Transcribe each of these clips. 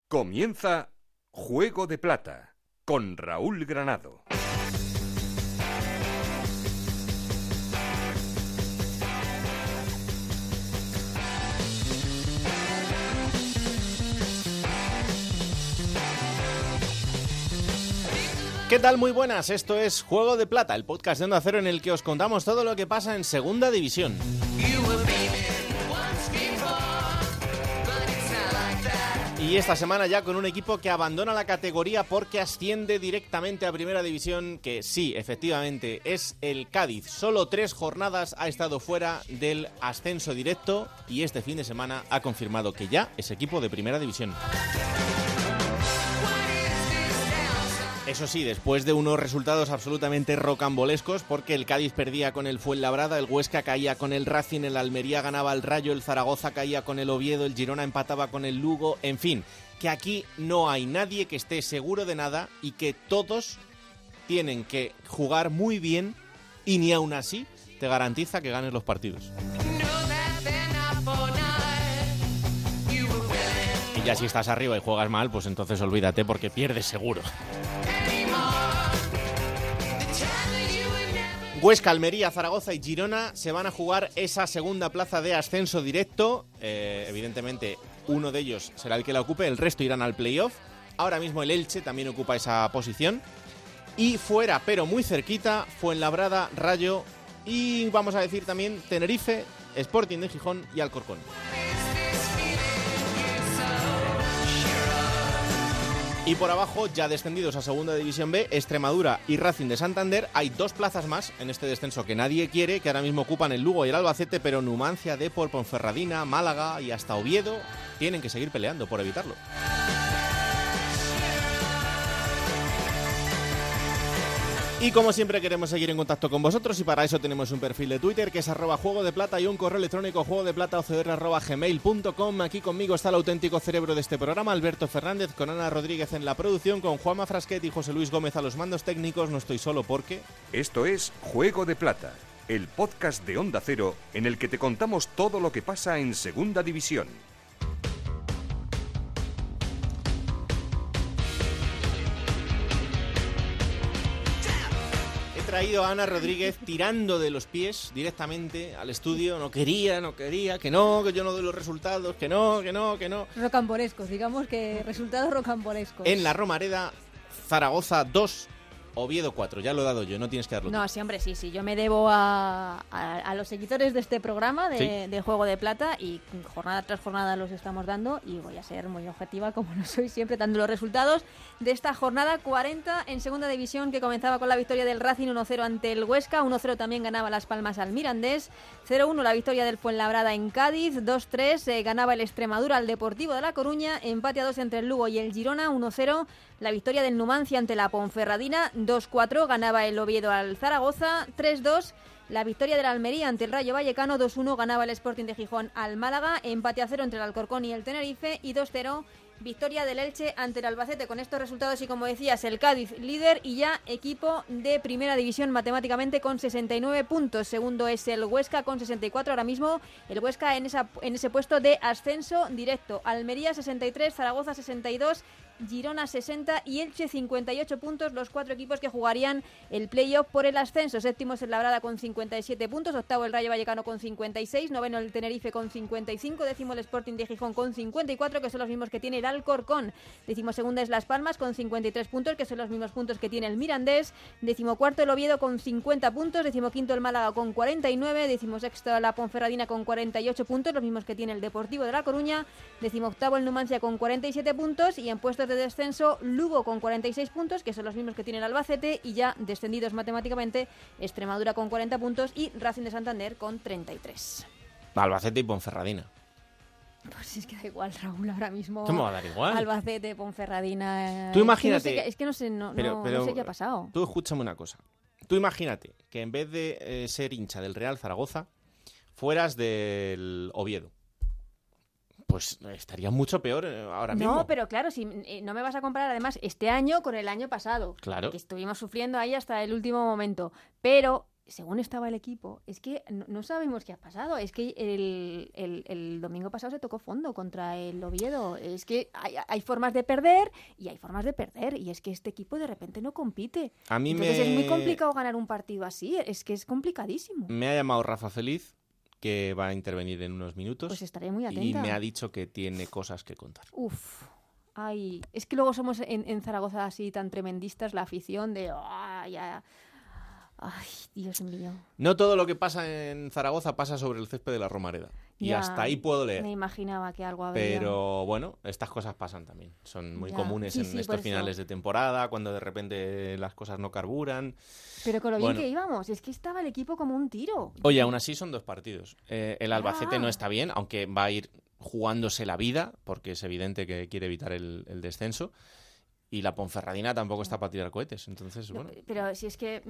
Comienza Juego de Plata con Raúl Granado. ¿Qué tal? Muy buenas, esto es Juego de Plata, el podcast de Onda Cero en el que os contamos todo lo que pasa en Segunda División. Y esta semana ya con un equipo que abandona la categoría porque asciende directamente a Primera División, que sí, efectivamente, es el Cádiz. Solo 3 jornadas ha estado fuera del ascenso directo y este fin de semana ha confirmado que ya es equipo de Primera División. Eso sí, después de unos resultados absolutamente rocambolescos, porque el Cádiz perdía con el Fuenlabrada, el Huesca caía con el Racing, el Almería ganaba el Rayo, el Zaragoza caía con el Oviedo, el Girona empataba con el Lugo, en fin, que aquí no hay nadie que esté seguro de nada y que todos tienen que jugar muy bien y ni aún así te garantiza que ganes los partidos. Y ya si estás arriba y juegas mal, pues entonces olvídate porque pierdes seguro. Huesca, Almería, Zaragoza y Girona se van a jugar esa segunda plaza de ascenso directo. Evidentemente, uno de ellos será el que la ocupe, el resto irán al playoff. Ahora mismo el Elche también ocupa esa posición. Y fuera, pero muy cerquita, Fuenlabrada, Rayo y, vamos a decir también, Tenerife, Sporting de Gijón y Alcorcón. Y por abajo, ya descendidos a Segunda División B, Extremadura y Racing de Santander. Hay 2 plazas más en este descenso que nadie quiere, que ahora mismo ocupan el Lugo y el Albacete, pero Numancia, Depor, Ponferradina, Málaga y hasta Oviedo tienen que seguir peleando por evitarlo. Y como siempre queremos seguir en contacto con vosotros y para eso tenemos un perfil de Twitter que es @Juego de Plata y un correo electrónico juegodeplata@gmail.com. Aquí conmigo está el auténtico cerebro de este programa, Alberto Fernández, con Ana Rodríguez en la producción, con Juanma Frasquet y José Luis Gómez a los mandos técnicos. No estoy solo porque... Esto es Juego de Plata, el podcast de Onda Cero en el que te contamos todo lo que pasa en Segunda División. Traído a Ana Rodríguez tirando de los pies directamente al estudio. No quería, que no, que yo no doy los resultados, que no. Rocambolescos, digamos que resultados rocambolescos. En la Romareda, Zaragoza 2, Oviedo 4. Ya lo he dado yo, no tienes que darlo. No, sí, hombre, sí. Yo me debo a los seguidores de este programa de Juego de Plata y jornada tras jornada los estamos dando y voy a ser muy objetiva, como no soy siempre, dando los resultados de esta jornada 40 en Segunda División, que comenzaba con la victoria del Racing 1-0 ante el Huesca, 1-0 también ganaba Las Palmas al Mirandés, 0-1 la victoria del Fuenlabrada en Cádiz, 2-3 ganaba el Extremadura al Deportivo de La Coruña, empate a 2 entre el Lugo y el Girona, 1-0 la victoria del Numancia ante la Ponferradina, 2-4 ganaba el Oviedo al Zaragoza, 3-2 la victoria del Almería ante el Rayo Vallecano, 2-1 ganaba el Sporting de Gijón al Málaga, empate a 0 entre el Alcorcón y el Tenerife y 2-0 victoria del Elche ante el Albacete. Con estos resultados y como decías, el Cádiz líder y ya equipo de Primera División matemáticamente con 69 puntos. Segundo es el Huesca con 64. Ahora mismo el Huesca en ese puesto de ascenso directo. Almería 63, Zaragoza 62, Girona 60 y Elche 58 puntos. Los 4 equipos que jugarían el playoff por el ascenso. Séptimo es el Labrada con 57 puntos. Octavo el Rayo Vallecano con 56. Noveno el Tenerife con 55. Décimo el Sporting de Gijón con 54, que son los mismos que tiene el Alcorcón. Decimosegunda es Las Palmas con 53 puntos, que son los mismos puntos que tiene el Mirandés. Decimocuarto el Oviedo con 50 puntos. Decimoquinto el Málaga con 49. Decimosexto la Ponferradina con 48 puntos, los mismos que tiene el Deportivo de La Coruña. Decimoctavo el Numancia con 47 puntos. Y en puestos de descenso, Lugo con 46 puntos, que son los mismos que tiene el Albacete. Y ya descendidos matemáticamente, Extremadura con 40 puntos y Racing de Santander con 33. Albacete y Ponferradina. Pues es que da igual, Raúl, ahora mismo. ¿Cómo va a dar igual? Albacete, Ponferradina. Tú imagínate. Es que no sé qué ha pasado. Tú escúchame una cosa. Tú imagínate que en vez de ser hincha del Real Zaragoza, fueras del Oviedo. Pues estaría mucho peor ahora mismo. No, pero claro, si no me vas a comparar además este año con el año pasado. Claro. Que estuvimos sufriendo ahí hasta el último momento. Pero según estaba el equipo, es que no sabemos qué ha pasado. Es que el domingo pasado se tocó fondo contra el Oviedo. Es que hay formas de perder y hay formas de perder. Y es que este equipo de repente no compite. Entonces es muy complicado ganar un partido así. Es que es complicadísimo. Me ha llamado Rafa Feliz, que va a intervenir en unos minutos. Pues estaré muy atenta. Y me ha dicho que tiene cosas que contar. Uf. Ay, es que luego somos en Zaragoza así tan tremendistas, la afición de... Ay, Dios mío. No todo lo que pasa en Zaragoza pasa sobre el césped de la Romareda. Y hasta ahí puedo leer. Me imaginaba que algo habría. Pero bueno, estas cosas pasan también. Son muy comunes en estos finales de temporada, cuando de repente las cosas no carburan. Pero con lo bien que íbamos, es que estaba el equipo como un tiro. Oye, aún así son 2 partidos. El Albacete no está bien, aunque va a ir jugándose la vida, porque es evidente que quiere evitar el descenso. Y la Ponferradina tampoco está para tirar cohetes, entonces, bueno. Pero si es que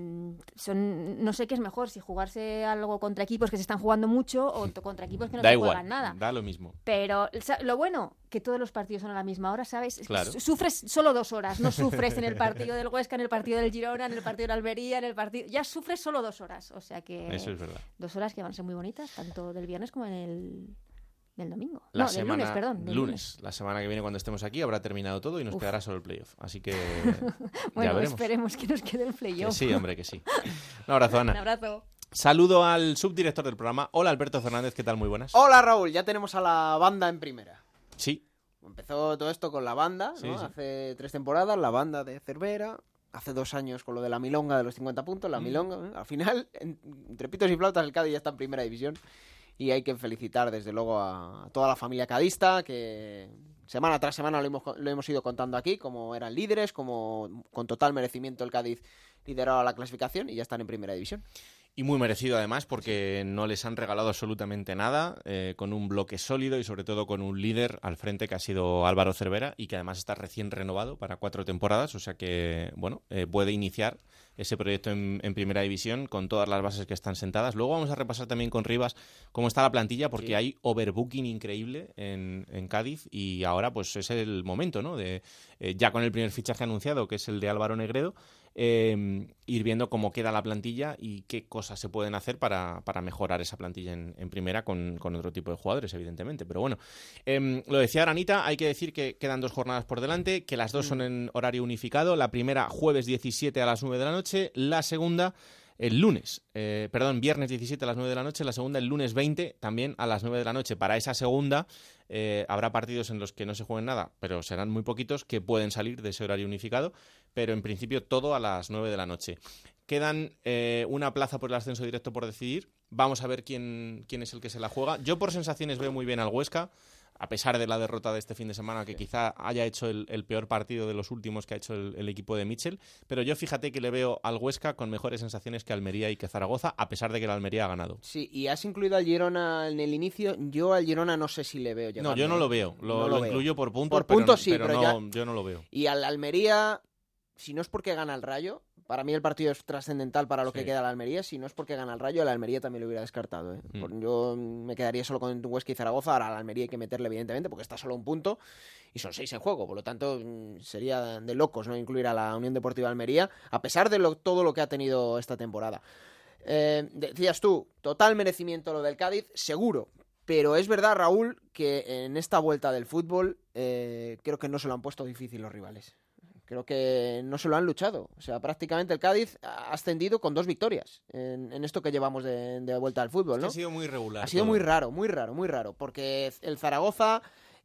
no sé qué es mejor, si jugarse algo contra equipos que se están jugando mucho o contra equipos que no se juegan nada. Da lo mismo. Pero lo bueno, que todos los partidos son a la misma hora, ¿sabes? Claro. Sufres solo 2 horas, no sufres en el partido del Huesca, en el partido del Girona, en el partido del Almería, en el partido... Ya sufres solo 2 horas, o sea que... Eso es verdad. 2 horas que van a ser muy bonitas, tanto del viernes como del domingo. Del lunes, perdón. Lunes. La semana que viene, cuando estemos aquí, habrá terminado todo y nos quedará solo el playoff. Así que bueno, ya veremos. Esperemos que nos quede el playoff. Que sí, hombre, que sí. Un abrazo, Ana. Un abrazo. Saludo al subdirector del programa. Hola, Alberto Fernández. ¿Qué tal? Muy buenas. Hola, Raúl. Ya tenemos a la banda en primera. Sí. Empezó todo esto con la banda, ¿no? Sí. Hace 3 temporadas, la banda de Cervera. Hace 2 años con lo de la milonga de los 50 puntos. La milonga. Al final, entre pitos y flautas, el Cádiz ya está en primera división. Y hay que felicitar desde luego a toda la familia cadista, que semana tras semana lo hemos ido contando aquí, como eran líderes, como con total merecimiento el Cádiz lideraba la clasificación y ya están en primera división. Y muy merecido además, porque no les han regalado absolutamente nada, con un bloque sólido y sobre todo con un líder al frente que ha sido Álvaro Cervera y que además está recién renovado para 4 temporadas, o sea que bueno, puede iniciar ese proyecto en primera división con todas las bases que están sentadas. Luego vamos a repasar también con Rivas cómo está la plantilla, porque hay overbooking increíble en Cádiz y ahora pues es el momento, ¿no? De ya con el primer fichaje anunciado, que es el de Álvaro Negredo, ir viendo cómo queda la plantilla y qué cosas se pueden hacer para mejorar esa plantilla en primera con otro tipo de jugadores, evidentemente. Pero bueno, lo decía Aranita, hay que decir que quedan 2 jornadas por delante, que las 2 son en horario unificado. La primera jueves 17 a las 9 de la noche, la segunda el lunes, viernes 17 a las 9 de la noche, la segunda el lunes 20 también a las 9 de la noche. Para esa segunda habrá partidos en los que no se jueguen nada, pero serán muy poquitos que pueden salir de ese horario unificado, pero en principio todo a las 9 de la noche. Quedan una plaza por el ascenso directo por decidir. Vamos a ver quién es el que se la juega. Yo por sensaciones veo muy bien al Huesca, a pesar de la derrota de este fin de semana, que quizá haya hecho el peor partido de los últimos que ha hecho el equipo de Mitchell, pero yo fíjate que le veo al Huesca con mejores sensaciones que Almería y que Zaragoza, a pesar de que la Almería ha ganado. Sí, y has incluido al Girona en el inicio. Yo al Girona no sé si le veo llegando. No, yo no lo veo. Lo incluyo por puntos, pero no, yo no lo veo. Y al Almería, si no es porque gana el Rayo, para mí el partido es trascendental para lo que queda la Almería. Si no es porque gana el Rayo, la Almería también lo hubiera descartado. Yo me quedaría solo con Huesca y Zaragoza. Ahora a la Almería hay que meterle, evidentemente, porque está solo un punto y son 6 en juego. Por lo tanto, sería de locos no incluir a la Unión Deportiva Almería, a pesar de todo lo que ha tenido esta temporada. Decías tú, total merecimiento lo del Cádiz, seguro. Pero es verdad, Raúl, que en esta vuelta del fútbol creo que no se lo han puesto difícil los rivales. Creo que no se lo han luchado. O sea, prácticamente el Cádiz ha ascendido con 2 victorias en esto que llevamos de vuelta al fútbol, ¿no? Ha sido muy regular. Ha sido muy raro. Porque el Zaragoza,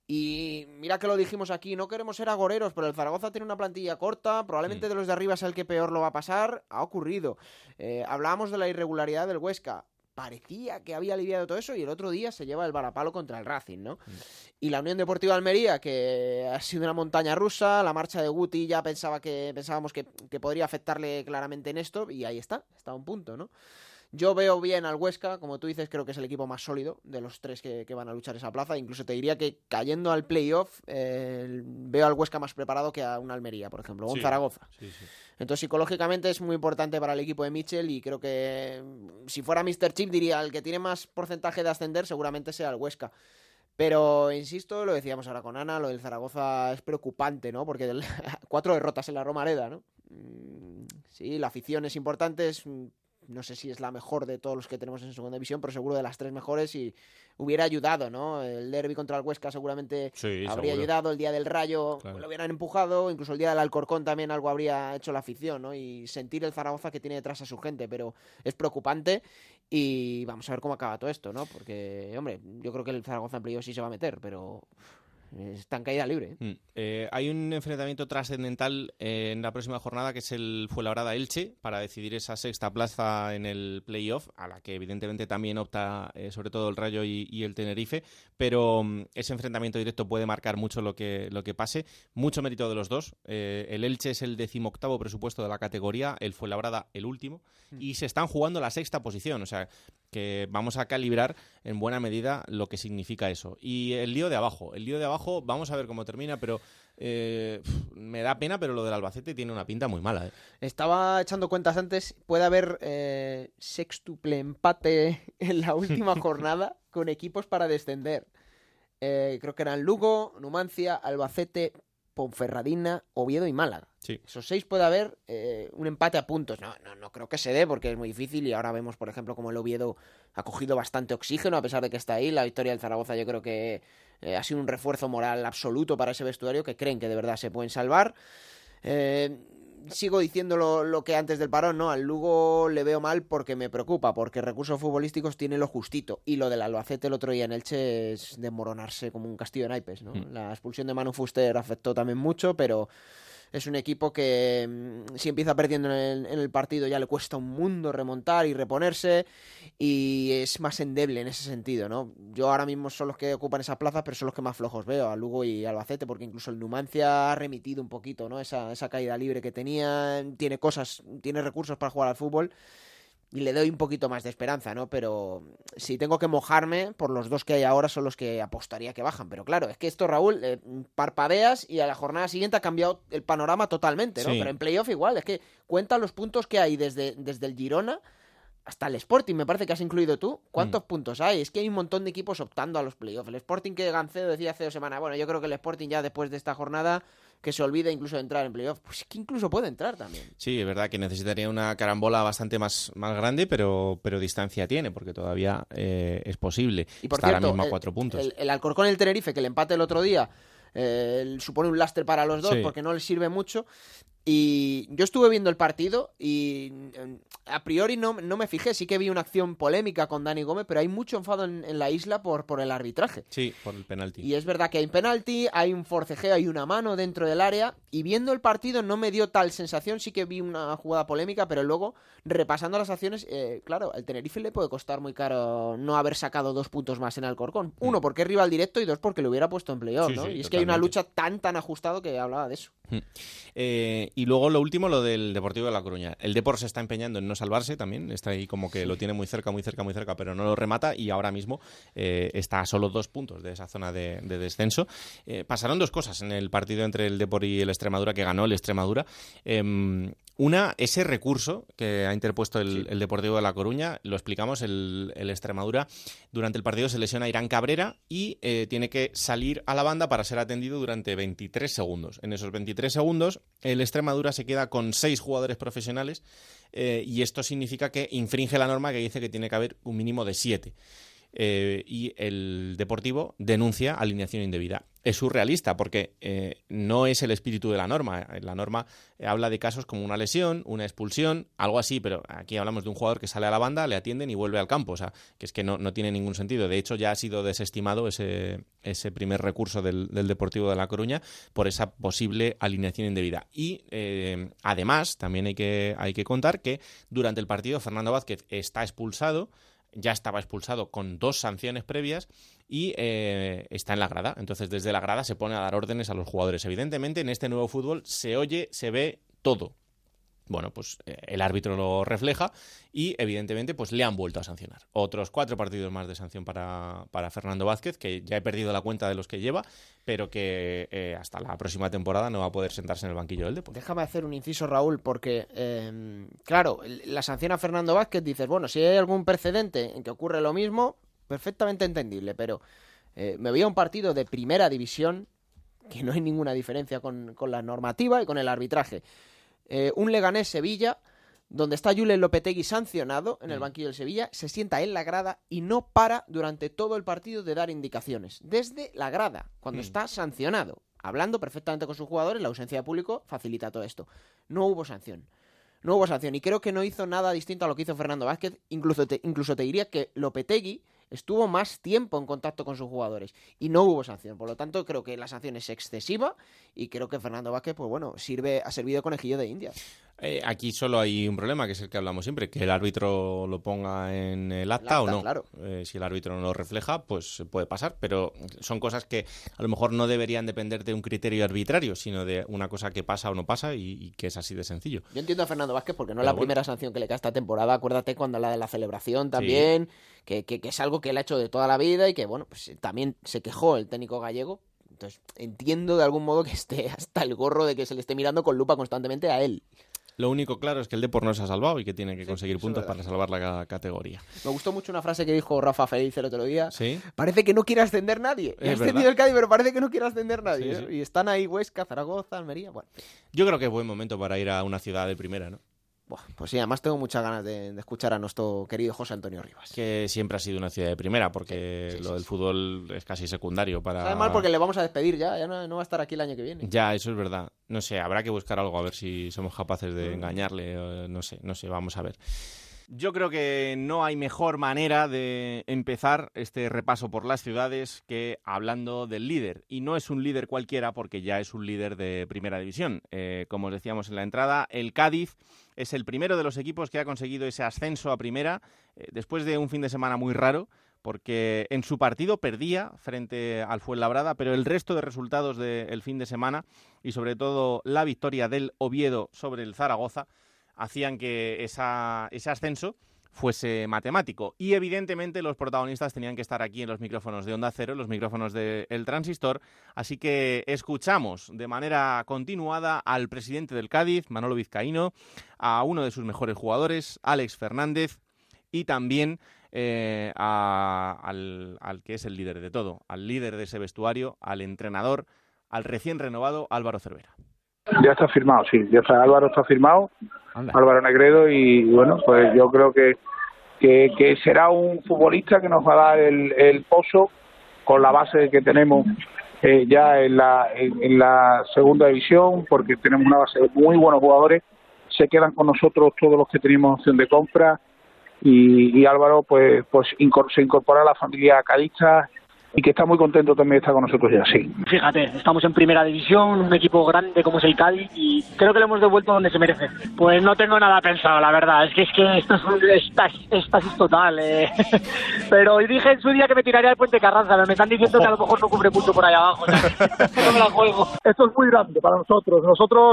y mira que lo dijimos aquí, no queremos ser agoreros, pero el Zaragoza tiene una plantilla corta, probablemente de los de arriba es el que peor lo va a pasar. Ha ocurrido. Hablábamos de la irregularidad del Huesca. Parecía que había aliviado todo eso y el otro día se lleva el varapalo contra el Racing, ¿no? Y la Unión Deportiva Almería, que ha sido una montaña rusa, la marcha de Guti ya pensábamos que podría afectarle claramente en esto y ahí está a un punto, ¿no? Yo veo bien al Huesca, como tú dices, creo que es el equipo más sólido de los 3 que van a luchar esa plaza. Incluso te diría que cayendo al playoff, veo al Huesca más preparado que a una Almería, por ejemplo, o un Zaragoza. Sí. Entonces, psicológicamente es muy importante para el equipo de Mitchell y creo que si fuera Mr. Chip diría el que tiene más porcentaje de ascender seguramente sea el Huesca. Pero, insisto, lo decíamos ahora con Ana, lo del Zaragoza es preocupante, ¿no? Porque 4 derrotas en la Romareda, ¿no? Sí, la afición es importante, es no sé si es la mejor de todos los que tenemos en segunda división, pero seguro de las 3 mejores, y hubiera ayudado, ¿no? El derbi contra el Huesca seguramente habría ayudado, el día del Rayo lo hubieran empujado, incluso el día del Alcorcón también algo habría hecho la afición, ¿no? Y sentir el Zaragoza que tiene detrás a su gente, pero es preocupante y vamos a ver cómo acaba todo esto, ¿no? Porque, hombre, yo creo que el Zaragoza en playoff sí se va a meter, pero está en caída libre. Hay un enfrentamiento trascendental en la próxima jornada, que es el Fuenlabrada-Elche, para decidir esa sexta plaza en el playoff, a la que evidentemente también opta sobre todo el Rayo y el Tenerife, pero ese enfrentamiento directo puede marcar mucho lo que pase. Mucho mérito de los dos. El Elche es el 18º presupuesto de la categoría, el Fuenlabrada el último, y se están jugando la sexta posición, o sea que vamos a calibrar en buena medida lo que significa eso. Y el lío de abajo, vamos a ver cómo termina, pero me da pena, pero lo del Albacete tiene una pinta muy mala. Estaba echando cuentas antes, puede haber sextuple empate en la última jornada con equipos para descender. Creo que eran Lugo, Numancia, Albacete, Ponferradina, Oviedo y Málaga. Sí. Esos 6 puede haber un empate a puntos. No creo que se dé porque es muy difícil, y ahora vemos, por ejemplo, como el Oviedo ha cogido bastante oxígeno a pesar de que está ahí. La victoria del Zaragoza yo creo que ha sido un refuerzo moral absoluto para ese vestuario, que creen que de verdad se pueden salvar. Sigo diciendo lo que antes del parón, ¿no? Al Lugo le veo mal porque me preocupa, porque recursos futbolísticos tiene lo justito, y lo del Albacete el otro día en Elche es desmoronarse como un castillo de naipes, ¿no? La expulsión de Manu Fuster afectó también mucho, pero es un equipo que si empieza perdiendo en el partido ya le cuesta un mundo remontar y reponerse, y es más endeble en ese sentido, ¿no? Yo ahora mismo son los que ocupan esa plaza, pero son los que más flojos veo, a Lugo y Albacete, porque incluso el Numancia ha remitido un poquito, ¿no? Esa caída libre que tenía, tiene recursos para jugar al fútbol, y le doy un poquito más de esperanza, ¿no? Pero si tengo que mojarme, por los dos que hay ahora son los que apostaría que bajan. Pero claro, es que esto, Raúl, parpadeas y a la jornada siguiente ha cambiado el panorama totalmente, ¿no? Sí. Pero en playoff igual, es que cuentan los puntos que hay desde el Girona hasta el Sporting, me parece que has incluido tú. ¿Cuántos puntos hay? Es que hay un montón de equipos optando a los playoffs. El Sporting, que Gancedo decía hace 2 semanas, bueno, yo creo que el Sporting ya después de esta jornada que se olvida incluso de entrar en playoff. Pues es que incluso puede entrar también. Sí, es verdad que necesitaría una carambola bastante más grande, pero distancia tiene, porque todavía es posible. Y por está cierto, ahora mismo a 4 puntos. El Alcorcón y el Tenerife, que el empate el otro día supone un lastre para los dos, Sí. porque no les sirve mucho. Y yo estuve viendo el partido y a priori no me fijé, sí que vi una acción polémica con Dani Gómez, pero hay mucho enfado en la isla por el arbitraje. Sí, por el penalti. Y es verdad que hay un penalti, hay un forcejeo, hay una mano dentro del área, y viendo el partido no me dio tal sensación, sí que vi una jugada polémica, pero luego, repasando las acciones, claro, al Tenerife le puede costar muy caro no haber sacado 2 puntos más en Alcorcón. 1, porque es rival directo, y 2, porque lo hubiera puesto en playoff, Sí, ¿no? sí, Y es que hay una totalmente. lucha tan ajustado que hablaba de eso. Y luego lo último, lo del Deportivo de La Coruña. El Depor se está empeñando en no salvarse también, está ahí como que lo tiene muy cerca, pero no lo remata, y ahora mismo está a solo 2 puntos de esa zona de descenso. Pasaron 2 cosas en el partido entre el Depor y el Extremadura, que ganó el Extremadura. Una, ese recurso que ha interpuesto el Deportivo de La Coruña, lo explicamos, el Extremadura durante el partido se lesiona a Irán Cabrera y tiene que salir a la banda para ser atendido durante 23 segundos. En esos 23 segundos el Extremadura se queda con 6 jugadores profesionales y esto significa que infringe la norma que dice que tiene que haber un mínimo de 7. Y el Deportivo denuncia alineación indebida. Es surrealista porque no es el espíritu de la norma. La norma habla de casos como una lesión, una expulsión, algo así, pero aquí hablamos de un jugador que sale a la banda, le atienden y vuelve al campo. O sea, que es que no tiene ningún sentido. De hecho, ya ha sido desestimado ese primer recurso del Deportivo de La Coruña por esa posible alineación indebida. Y además, también hay que contar que durante el partido Fernando Vázquez está expulsado. Ya estaba expulsado con 2 sanciones previas y está en la grada. Entonces, desde la grada se pone a dar órdenes a los jugadores. Evidentemente, en este nuevo fútbol se oye, se ve todo. Bueno, pues el árbitro lo refleja y, evidentemente, pues le han vuelto a sancionar. Otros 4 partidos más de sanción para Fernando Vázquez, que ya he perdido la cuenta de los que lleva, pero que hasta la próxima temporada no va a poder sentarse en el banquillo del Depor. Déjame hacer un inciso, Raúl, porque, claro, la sanción a Fernando Vázquez, dices, bueno, si hay algún precedente en que ocurre lo mismo, perfectamente entendible, pero me veía un partido de primera división, que no hay ninguna diferencia con la normativa y con el arbitraje. Un Leganés-Sevilla, donde está Julen Lopetegui sancionado en el banquillo del Sevilla, se sienta en la grada y no para durante todo el partido de dar indicaciones. Desde la grada, cuando está sancionado, hablando perfectamente con sus jugadores, la ausencia de público facilita todo esto. No hubo sanción. No hubo sanción y creo que no hizo nada distinto a lo que hizo Fernando Vázquez. Incluso te diría que Lopetegui estuvo más tiempo en contacto con sus jugadores y no hubo sanción. Por lo tanto, creo que la sanción es excesiva y creo que Fernando Vázquez, pues bueno, ha servido de conejillo de Indias. Aquí solo hay un problema, que es el que hablamos siempre, que el árbitro lo ponga en el acta o no. Claro. Si el árbitro no lo refleja, pues puede pasar, pero son cosas que a lo mejor no deberían depender de un criterio arbitrario, sino de una cosa que pasa o no pasa y que es así de sencillo. Yo entiendo a Fernando Vázquez porque no es la primera sanción que le cae esta temporada. Acuérdate cuando la de la celebración también, que es algo que él ha hecho de toda la vida y que, bueno, pues también se quejó el técnico gallego. Entonces, entiendo de algún modo que esté hasta el gorro de que se le esté mirando con lupa constantemente a él. Lo único claro es que el Depor no se ha salvado y que tiene que conseguir puntos para salvar la categoría. Me gustó mucho una frase que dijo Rafa Feliz el otro día. ¿Sí? Parece que no quiere ascender nadie. Ha ascendido el Cádiz, pero parece que no quiere ascender nadie. Sí. Y están ahí Huesca, Zaragoza, Almería. Bueno. Yo creo que es buen momento para ir a una ciudad de primera, ¿no? Pues sí, además tengo muchas ganas de escuchar a nuestro querido José Antonio Rivas. Que siempre ha sido una ciudad de primera, porque lo del fútbol es casi secundario para... Sabe mal porque le vamos a despedir ya no va a estar aquí el año que viene. Ya, eso es verdad. No sé, habrá que buscar algo a ver si somos capaces de engañarle. No sé, vamos a ver. Yo creo que no hay mejor manera de empezar este repaso por las ciudades que hablando del líder. Y no es un líder cualquiera porque ya es un líder de primera división. Como os decíamos en la entrada, el Cádiz es el primero de los equipos que ha conseguido ese ascenso a primera después de un fin de semana muy raro, porque en su partido perdía frente al Fuenlabrada, pero el resto de resultados del fin de semana y sobre todo la victoria del Oviedo sobre el Zaragoza hacían que ese ascenso fuese matemático. Y evidentemente los protagonistas tenían que estar aquí en los micrófonos de Onda Cero, los micrófonos de El Transistor. Así que escuchamos de manera continuada al presidente del Cádiz, Manolo Vizcaíno, a uno de sus mejores jugadores, Alex Fernández, y también al que es el líder de todo, al líder de ese vestuario, al entrenador, al recién renovado Álvaro Cervera. Ya está firmado, sí, Álvaro está firmado. Anda. Álvaro Negredo, y bueno, pues yo creo que será un futbolista que nos va a dar el pozo con la base que tenemos ya en la segunda división, porque tenemos una base de muy buenos jugadores. Se quedan con nosotros todos los que teníamos opción de compra y Álvaro pues se incorpora a la familia cadista y que está muy contento también de estar con nosotros ya, sí. Fíjate, estamos en primera división, un equipo grande como es el Cádiz y creo que lo hemos devuelto donde se merece. Pues no tengo nada pensado, la verdad, es que esto es estasis total. Pero dije en su día que me tiraría al Puente Carranza, me están diciendo que a lo mejor no cubre mucho por ahí abajo, no me la juego. Esto es muy grande para nosotros.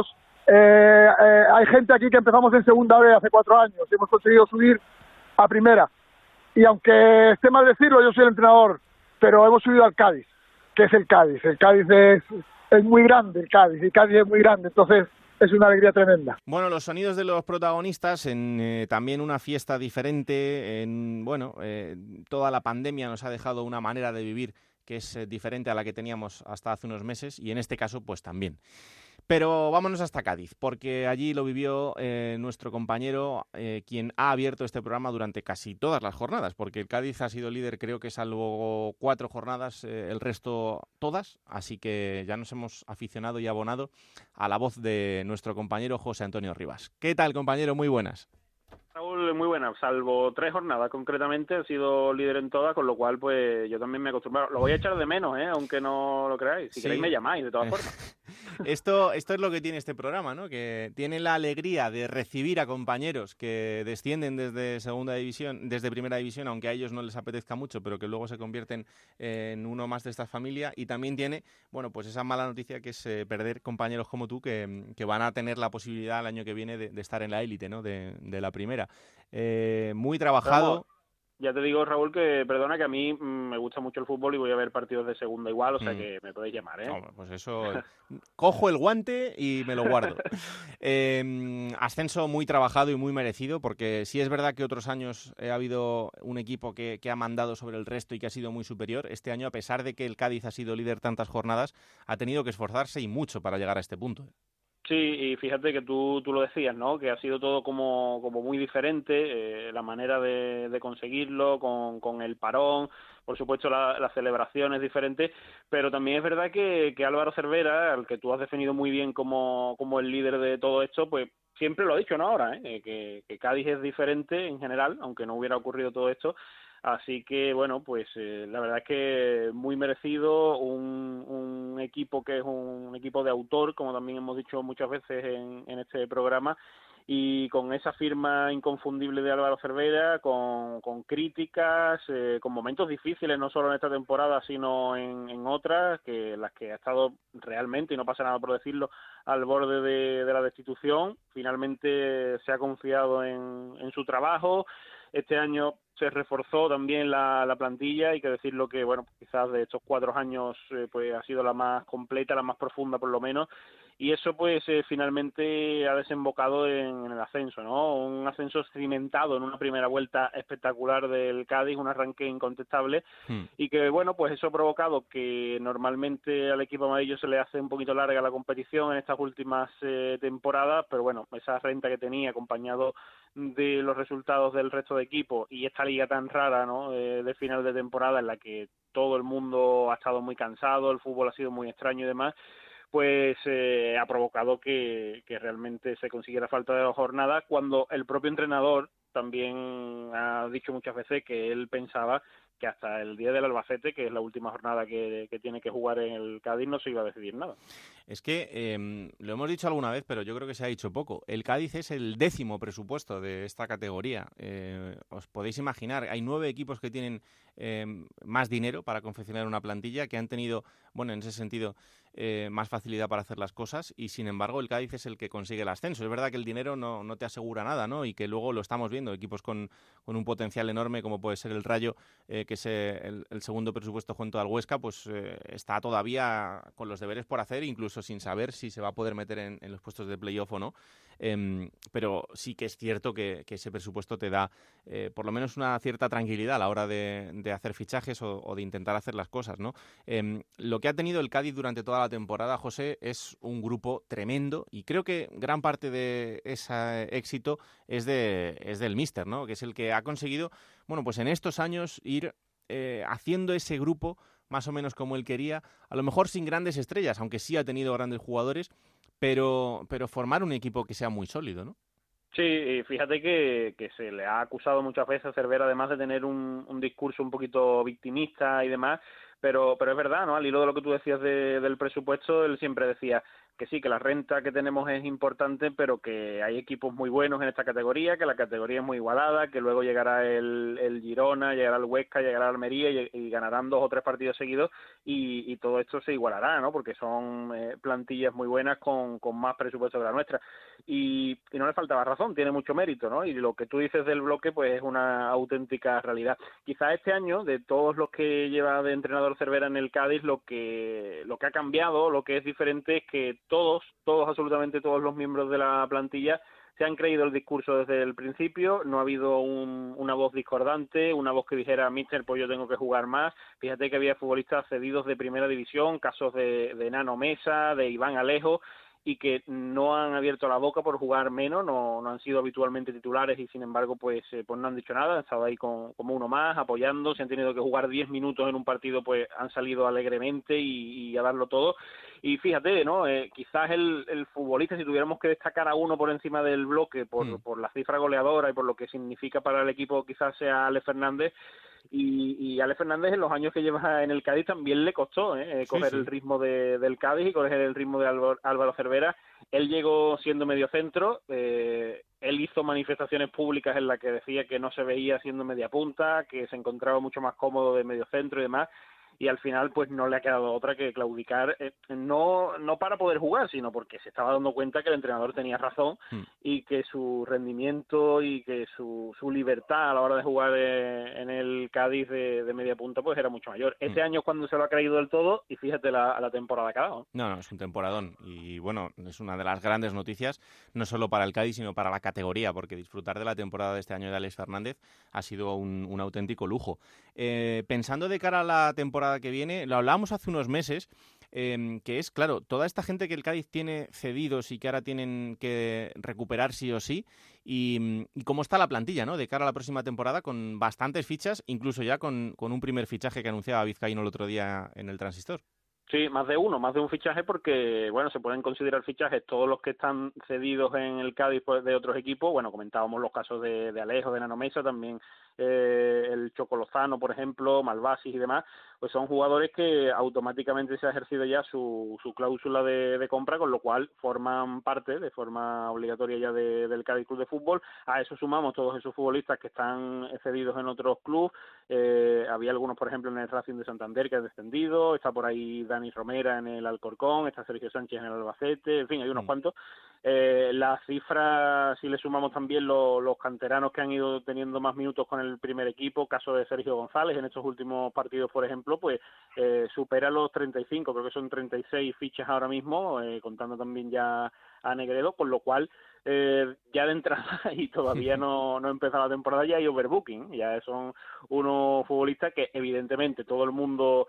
Hay gente aquí que empezamos en segunda B hace 4 años y hemos conseguido subir a primera. Y aunque esté mal decirlo, yo soy el entrenador, pero hemos subido al Cádiz, que es el Cádiz. El Cádiz es muy grande, el Cádiz es muy grande, entonces es una alegría tremenda. Bueno, los sonidos de los protagonistas en también una fiesta diferente, toda la pandemia nos ha dejado una manera de vivir que es diferente a la que teníamos hasta hace unos meses y en este caso pues también. Pero vámonos hasta Cádiz, porque allí lo vivió nuestro compañero, quien ha abierto este programa durante casi todas las jornadas, porque el Cádiz ha sido líder, creo que salvo 4 jornadas, el resto todas, así que ya nos hemos aficionado y abonado a la voz de nuestro compañero José Antonio Rivas. ¿Qué tal, compañero? Muy buenas. Raúl, muy buena, salvo 3 jornadas concretamente, he sido líder en todas, con lo cual pues yo también me he acostumbrado. Lo voy a echar de menos, aunque no lo creáis, si queréis me llamáis, de todas formas. Esto es lo que tiene este programa, ¿no? Que tiene la alegría de recibir a compañeros que descienden desde segunda división, desde primera división, aunque a ellos no les apetezca mucho, pero que luego se convierten en uno más de esta familia, y también tiene, bueno, pues esa mala noticia que es perder compañeros como tú que van a tener la posibilidad el año que viene de estar en la élite, ¿no? De la primera. Muy trabajado. Ya te digo, Raúl, que perdona, que a mí me gusta mucho el fútbol y voy a ver partidos de segunda igual, o sea que me podéis llamar, ¿eh? No, pues eso, cojo el guante y me lo guardo. Ascenso muy trabajado y muy merecido, porque sí es verdad que otros años ha habido un equipo que ha mandado sobre el resto y que ha sido muy superior. Este año, a pesar de que el Cádiz ha sido líder tantas jornadas, ha tenido que esforzarse y mucho para llegar a este punto. Sí, y fíjate que tú lo decías, ¿no? Que ha sido todo como muy diferente, la manera de conseguirlo, con el parón, por supuesto la celebración es diferente, pero también es verdad que Álvaro Cervera, al que tú has definido muy bien como el líder de todo esto, pues siempre lo ha dicho, ¿no? Ahora, que Cádiz es diferente en general, aunque no hubiera ocurrido todo esto. Así que, bueno, pues la verdad es que muy merecido, un equipo que es un equipo de autor, como también hemos dicho muchas veces en este programa, y con esa firma inconfundible de Álvaro Cervera, con críticas, con momentos difíciles, no solo en esta temporada, sino en otras, que las que ha estado realmente, y no pasa nada por decirlo, al borde de la destitución. Finalmente se ha confiado en su trabajo. Este año se reforzó también la plantilla, hay que decirlo que, bueno, quizás de estos 4 años pues ha sido la más completa, la más profunda por lo menos, y eso pues finalmente ha desembocado en el ascenso, ¿no? Un ascenso cimentado en una primera vuelta espectacular del Cádiz, un arranque incontestable, y que, bueno, pues eso ha provocado que normalmente al equipo amarillo se le hace un poquito larga la competición en estas últimas temporadas, pero bueno, esa renta que tenía acompañado de los resultados del resto de equipos y esta liga tan rara, ¿no? De final de temporada en la que todo el mundo ha estado muy cansado, el fútbol ha sido muy extraño y demás, pues ha provocado que realmente se consiguiera falta de 2 jornadas, cuando el propio entrenador también ha dicho muchas veces que él pensaba que hasta el día del Albacete, que es la última jornada que tiene que jugar en el Cádiz, no se iba a decidir nada. Es que lo hemos dicho alguna vez, pero yo creo que se ha dicho poco. El Cádiz es el 10º presupuesto de esta categoría. Os podéis imaginar, hay 9 equipos que tienen más dinero para confeccionar una plantilla, que han tenido, bueno, en ese sentido, más facilidad para hacer las cosas, y sin embargo el Cádiz es el que consigue el ascenso. Es verdad que el dinero no te asegura nada, ¿no? Y que luego lo estamos viendo, equipos con un potencial enorme, como puede ser el Rayo, que es el segundo presupuesto junto al Huesca, pues está todavía con los deberes por hacer, incluso sin saber si se va a poder meter en los puestos de playoff o no. Pero sí que es cierto que ese presupuesto te da por lo menos una cierta tranquilidad a la hora de hacer fichajes o de intentar hacer las cosas, ¿no? Lo que ha tenido el Cádiz durante toda la temporada, José, es un grupo tremendo, y creo que gran parte de ese éxito es del míster, ¿no? Que es el que ha conseguido, bueno, pues en estos años ir haciendo ese grupo más o menos como él quería, a lo mejor sin grandes estrellas, aunque sí ha tenido grandes jugadores, pero formar un equipo que sea muy sólido, ¿no? Sí, fíjate que se le ha acusado muchas veces a Cervera, además de tener un discurso un poquito victimista y demás, pero es verdad, ¿no? Al hilo de lo que tú decías del presupuesto, él siempre decía que sí, que la renta que tenemos es importante, pero que hay equipos muy buenos en esta categoría, que la categoría es muy igualada, que luego llegará el Girona, llegará el Huesca, llegará el Almería y ganarán 2 o 3 partidos seguidos, y todo esto se igualará, ¿no? Porque son plantillas muy buenas con más presupuesto que la nuestra. Y no le faltaba razón, tiene mucho mérito, ¿no? Y lo que tú dices del bloque, pues es una auténtica realidad. Quizás este año, de todos los que lleva de entrenador Cervera en el Cádiz, lo que ha cambiado, lo que es diferente es que todos, absolutamente todos los miembros de la plantilla se han creído el discurso desde el principio, no ha habido una voz discordante, una voz que dijera, míster, pues yo tengo que jugar más. Fíjate que había futbolistas cedidos de primera división, casos de Nano Mesa, de Iván Alejo, y que no han abierto la boca por jugar menos, no han sido habitualmente titulares y sin embargo pues no han dicho nada, han estado ahí como uno más, apoyando. Si han tenido que jugar 10 minutos en un partido, pues han salido alegremente y a darlo todo. Y fíjate, ¿no? Quizás el futbolista, si tuviéramos que destacar a uno por encima del bloque, por la cifra goleadora y por lo que significa para el equipo, quizás sea Ale Fernández. Y Ale Fernández, en los años que lleva en el Cádiz, también le costó coger el ritmo del Cádiz y coger el ritmo de Álvaro Cervera. Él llegó siendo mediocentro, él hizo manifestaciones públicas en las que decía que no se veía siendo media punta, que se encontraba mucho más cómodo de mediocentro y demás, y al final pues no le ha quedado otra que claudicar, no para poder jugar, sino porque se estaba dando cuenta que el entrenador tenía razón y que su rendimiento y que su libertad a la hora de jugar en el Cádiz de media punta pues era mucho mayor. Ese año es cuando se lo ha creído del todo, y fíjate la temporada que ha dado. No, es un temporadón, y bueno, es una de las grandes noticias, no solo para el Cádiz, sino para la categoría, porque disfrutar de la temporada de este año de Alex Fernández ha sido un auténtico lujo. Pensando de cara a la temporada que viene, lo hablábamos hace unos meses, que es, claro, toda esta gente que el Cádiz tiene cedidos y que ahora tienen que recuperar sí o sí, y cómo está la plantilla, ¿no?, de cara a la próxima temporada, con bastantes fichas, incluso ya con un primer fichaje que anunciaba Vizcaíno el otro día en el Transistor. Sí, más de un fichaje, porque, bueno, se pueden considerar fichajes todos los que están cedidos en el Cádiz de otros equipos. Bueno, comentábamos los casos de Alejo, de Nano Mesa, también el Choco Lozano, por ejemplo, Malvasis y demás, pues son jugadores que automáticamente se ha ejercido ya su cláusula de compra, con lo cual forman parte de forma obligatoria ya del Cádiz Club de Fútbol. A eso sumamos todos esos futbolistas que están cedidos en otros clubes. Había algunos, por ejemplo, en el Racing de Santander que han descendido, está por ahí Dani Romera en el Alcorcón, está Sergio Sánchez en el Albacete, en fin, hay unos cuantos. Las cifras, si le sumamos también los canteranos que han ido teniendo más minutos con el primer equipo, caso de Sergio González en estos últimos partidos, por ejemplo, pues supera los 35, creo que son 36 fichas ahora mismo, contando también ya a Negredo, con lo cual ya de entrada, y todavía no ha empezado la temporada, ya hay overbooking, ya son unos futbolistas que evidentemente todo el mundo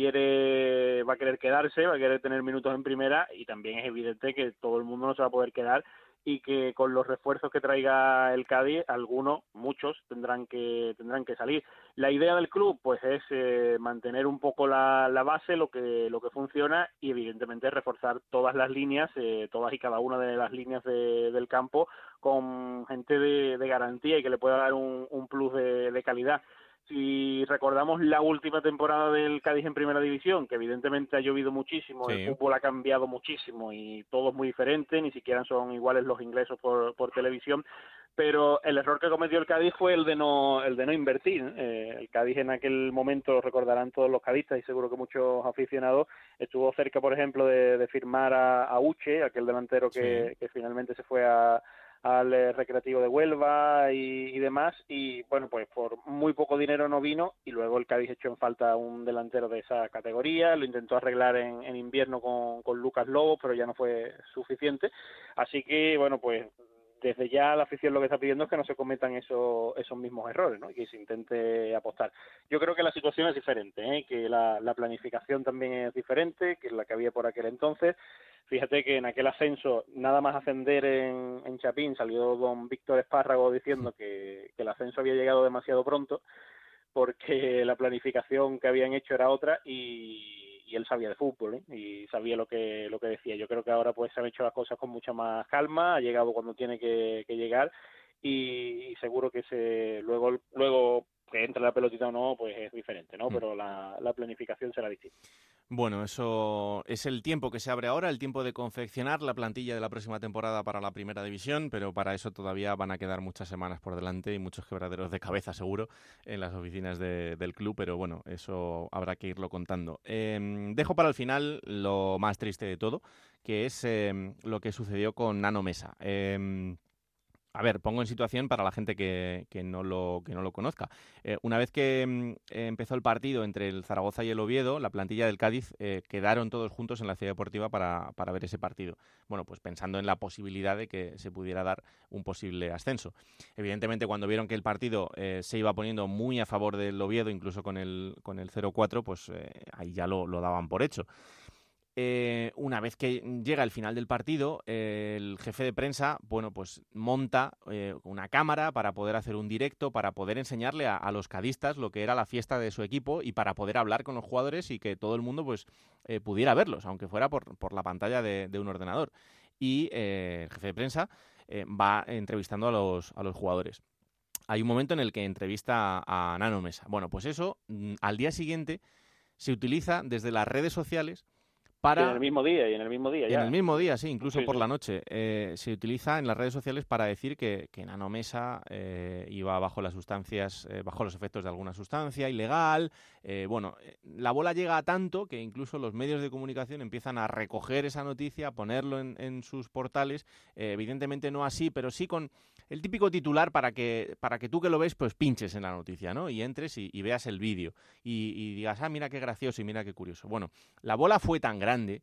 va a querer quedarse, va a querer tener minutos en primera, y también es evidente que todo el mundo no se va a poder quedar, y que con los refuerzos que traiga el Cádiz, muchos tendrán que salir. La idea del club pues es mantener un poco la base, lo que funciona, y evidentemente reforzar todas las líneas, todas y cada una de las líneas del campo, con gente de garantía y que le pueda dar un plus de calidad. Si recordamos la última temporada del Cádiz en Primera División, que evidentemente ha llovido muchísimo, sí. El fútbol ha cambiado muchísimo y todo es muy diferente, ni siquiera son iguales los ingresos por televisión, pero el error que cometió el Cádiz fue el de no invertir. El Cádiz en aquel momento, lo recordarán todos los cadistas y seguro que muchos aficionados, estuvo cerca, por ejemplo, de firmar a Uche, aquel delantero que finalmente se fue al Recreativo de Huelva y demás, y bueno, pues por muy poco dinero no vino, y luego el Cádiz echó en falta un delantero de esa categoría, lo intentó arreglar en invierno con Lucas Lobo, pero ya no fue suficiente, así que bueno, pues desde ya la afición lo que está pidiendo es que no se cometan esos mismos errores, ¿no?, y que se intente apostar. Yo creo que la situación es diferente, que la planificación también es diferente que la que había por aquel entonces. Fíjate que en aquel ascenso, nada más ascender en Chapín, salió don Víctor Espárrago diciendo que el ascenso había llegado demasiado pronto, porque la planificación que habían hecho era otra, y él sabía de fútbol, y sabía lo que decía. Yo creo que ahora pues se han hecho las cosas con mucha más calma, ha llegado cuando tiene que llegar, y seguro que luego que entre la pelotita o no, pues es diferente, ¿no? Pero la planificación será distinta. Bueno, eso es el tiempo que se abre ahora, el tiempo de confeccionar la plantilla de la próxima temporada para la Primera División, pero para eso todavía van a quedar muchas semanas por delante y muchos quebraderos de cabeza seguro en las oficinas del club, pero bueno, eso habrá que irlo contando. Dejo para el final lo más triste de todo, que es lo que sucedió con Nano Mesa. A ver, pongo en situación para la gente que no lo conozca. Una vez que empezó el partido entre el Zaragoza y el Oviedo, la plantilla del Cádiz quedaron todos juntos en la Ciudad Deportiva para ver ese partido. Bueno, pues pensando en la posibilidad de que se pudiera dar un posible ascenso. Evidentemente, cuando vieron que el partido se iba poniendo muy a favor del Oviedo, incluso con el 0-4, pues ahí ya lo daban por hecho. Una vez que llega el final del partido, el jefe de prensa, bueno, pues monta una cámara para poder hacer un directo, para poder enseñarle a los cadistas lo que era la fiesta de su equipo y para poder hablar con los jugadores y que todo el mundo pues pudiera verlos, aunque fuera por la pantalla de un ordenador. Y el jefe de prensa va entrevistando a los jugadores. Hay un momento en el que entrevista a Nano Mesa. Bueno, pues eso al día siguiente se utiliza desde las redes sociales para... Y en el mismo día. En el mismo día, sí, incluso por la noche. Se utiliza en las redes sociales para decir que Nano Mesa iba bajo las sustancias, bajo los efectos de alguna sustancia ilegal. La bola llega a tanto que incluso los medios de comunicación empiezan a recoger esa noticia, a ponerlo en sus portales. Evidentemente no así, pero sí con el típico titular para que tú que lo ves, pues pinches en la noticia, ¿no? Y entres y veas el vídeo y digas, mira qué gracioso y mira qué curioso. Bueno, la bola fue tan grande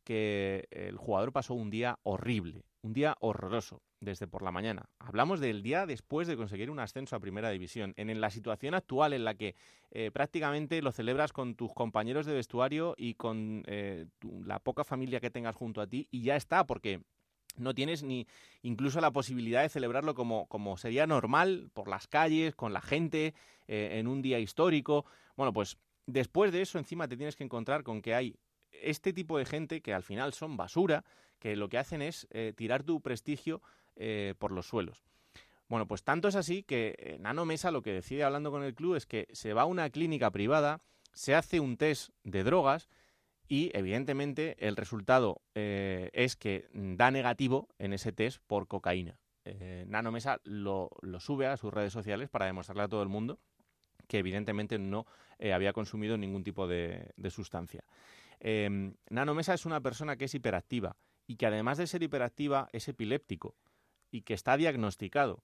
que el jugador pasó un día horrible, un día horroroso, desde por la mañana. Hablamos del día después de conseguir un ascenso a Primera División, en la situación actual en la que prácticamente lo celebras con tus compañeros de vestuario y con la poca familia que tengas junto a ti, y ya está, porque no tienes ni incluso la posibilidad de celebrarlo como sería normal, por las calles, con la gente, en un día histórico. Bueno, pues después de eso encima te tienes que encontrar con que hay este tipo de gente que al final son basura, que lo que hacen es tirar tu prestigio por los suelos. Bueno, pues tanto es así que Nano Mesa lo que decide hablando con el club es que se va a una clínica privada, se hace un test de drogas y evidentemente el resultado es que da negativo en ese test por cocaína. Nano Mesa lo sube a sus redes sociales para demostrarle a todo el mundo que evidentemente no había consumido ningún tipo de sustancia. Nano Mesa es una persona que es hiperactiva y que además de ser hiperactiva es epiléptico y que está diagnosticado.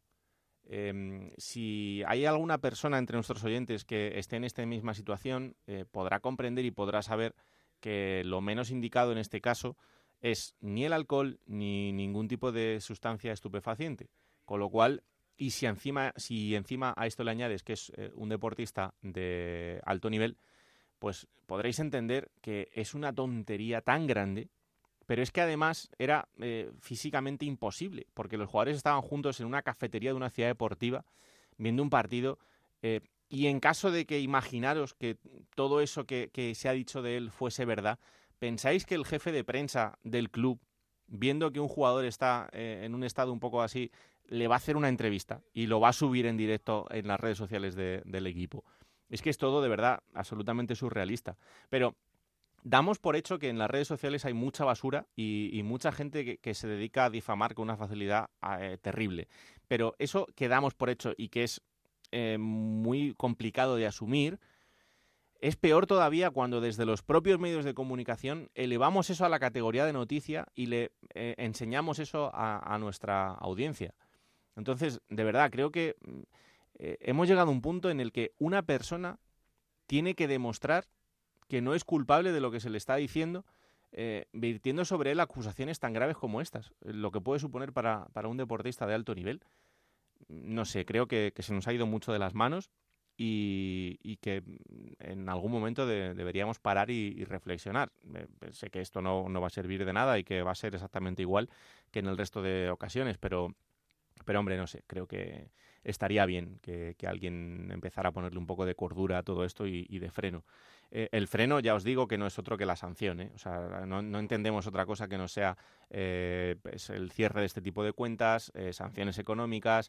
Si hay alguna persona entre nuestros oyentes que esté en esta misma situación, podrá comprender y podrá saber que lo menos indicado en este caso es ni el alcohol ni ningún tipo de sustancia estupefaciente. Con lo cual, y si encima a esto le añades que es un deportista de alto nivel, pues podréis entender que es una tontería tan grande, pero es que además era físicamente imposible, porque los jugadores estaban juntos en una cafetería de una ciudad deportiva viendo un partido, y en caso de que imaginaros que todo eso que se ha dicho de él fuese verdad, ¿pensáis que el jefe de prensa del club, viendo que un jugador está en un estado un poco así, le va a hacer una entrevista y lo va a subir en directo en las redes sociales del equipo? Es que es todo de verdad absolutamente surrealista. Pero damos por hecho que en las redes sociales hay mucha basura y mucha gente que se dedica a difamar con una facilidad terrible. Pero eso que damos por hecho y que es muy complicado de asumir, es peor todavía cuando desde los propios medios de comunicación elevamos eso a la categoría de noticia y le enseñamos eso a nuestra audiencia. Entonces, de verdad, creo que hemos llegado a un punto en el que una persona tiene que demostrar que no es culpable de lo que se le está diciendo, vertiendo sobre él acusaciones tan graves como estas, lo que puede suponer para un deportista de alto nivel. No sé, creo que se nos ha ido mucho de las manos y que en algún momento deberíamos parar y reflexionar. Sé que esto no va a servir de nada y que va a ser exactamente igual que en el resto de ocasiones, pero hombre, no sé, creo que estaría bien que alguien empezara a ponerle un poco de cordura a todo esto y de freno. El freno, ya os digo que no es otro que la sanción, ¿eh? O sea, no entendemos otra cosa que no sea pues el cierre de este tipo de cuentas, sanciones económicas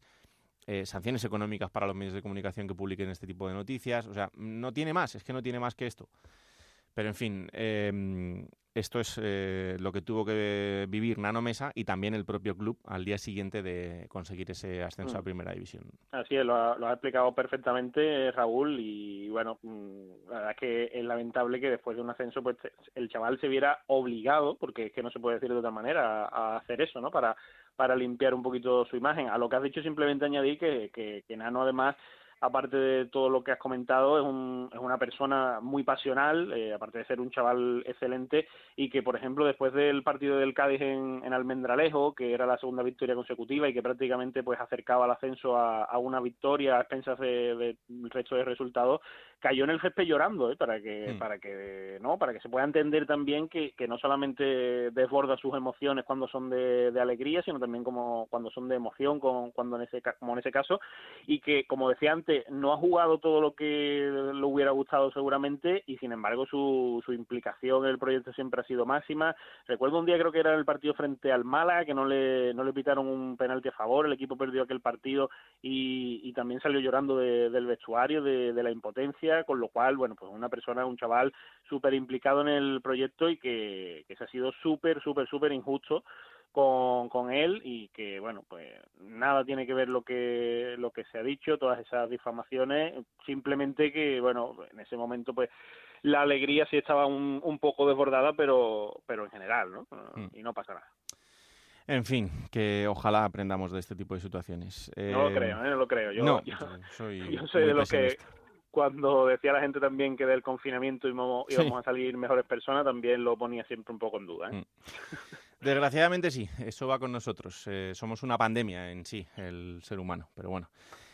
para los medios de comunicación que publiquen este tipo de noticias. O sea, no tiene más, es que no tiene más que esto. Pero, en fin, esto es lo que tuvo que vivir Nano Mesa y también el propio club al día siguiente de conseguir ese ascenso a Primera División. Así es, lo ha explicado perfectamente Raúl y, bueno, la verdad es que es lamentable que después de un ascenso pues el chaval se viera obligado, porque es que no se puede decir de otra manera, a hacer eso, ¿no? Para limpiar un poquito su imagen. A lo que has dicho simplemente añadir que Nano además, aparte de todo lo que has comentado, es una persona muy pasional, aparte de ser un chaval excelente, y que, por ejemplo, después del partido del Cádiz en Almendralejo, que era la segunda victoria consecutiva y que prácticamente pues acercaba el ascenso a una victoria a expensas del resto de resultados, cayó en el césped llorando, para que se pueda entender también que no solamente desborda sus emociones cuando son de alegría, sino también como cuando son de emoción, como en ese caso, y que, como decía antes, no ha jugado todo lo que le hubiera gustado seguramente, y sin embargo su implicación en el proyecto siempre ha sido máxima. Recuerdo un día, creo que era el partido frente al Málaga, que no le pitaron un penalti a favor, el equipo perdió aquel partido y también salió llorando del vestuario, de la impotencia, con lo cual, bueno, pues un chaval súper implicado en el proyecto y que se ha sido súper injusto con él, y que, bueno, pues nada tiene que ver lo que se ha dicho, todas esas difamaciones, simplemente que, bueno, en ese momento pues la alegría sí estaba un poco desbordada, pero en general, ¿no? Y no pasa nada. En fin, que ojalá aprendamos de este tipo de situaciones. No lo creo. Yo soy de los que cuando decía la gente también que del confinamiento íbamos a salir mejores personas, también lo ponía siempre un poco en duda, ¿eh? Desgraciadamente sí, eso va con nosotros. Somos una pandemia en sí, el ser humano, pero bueno.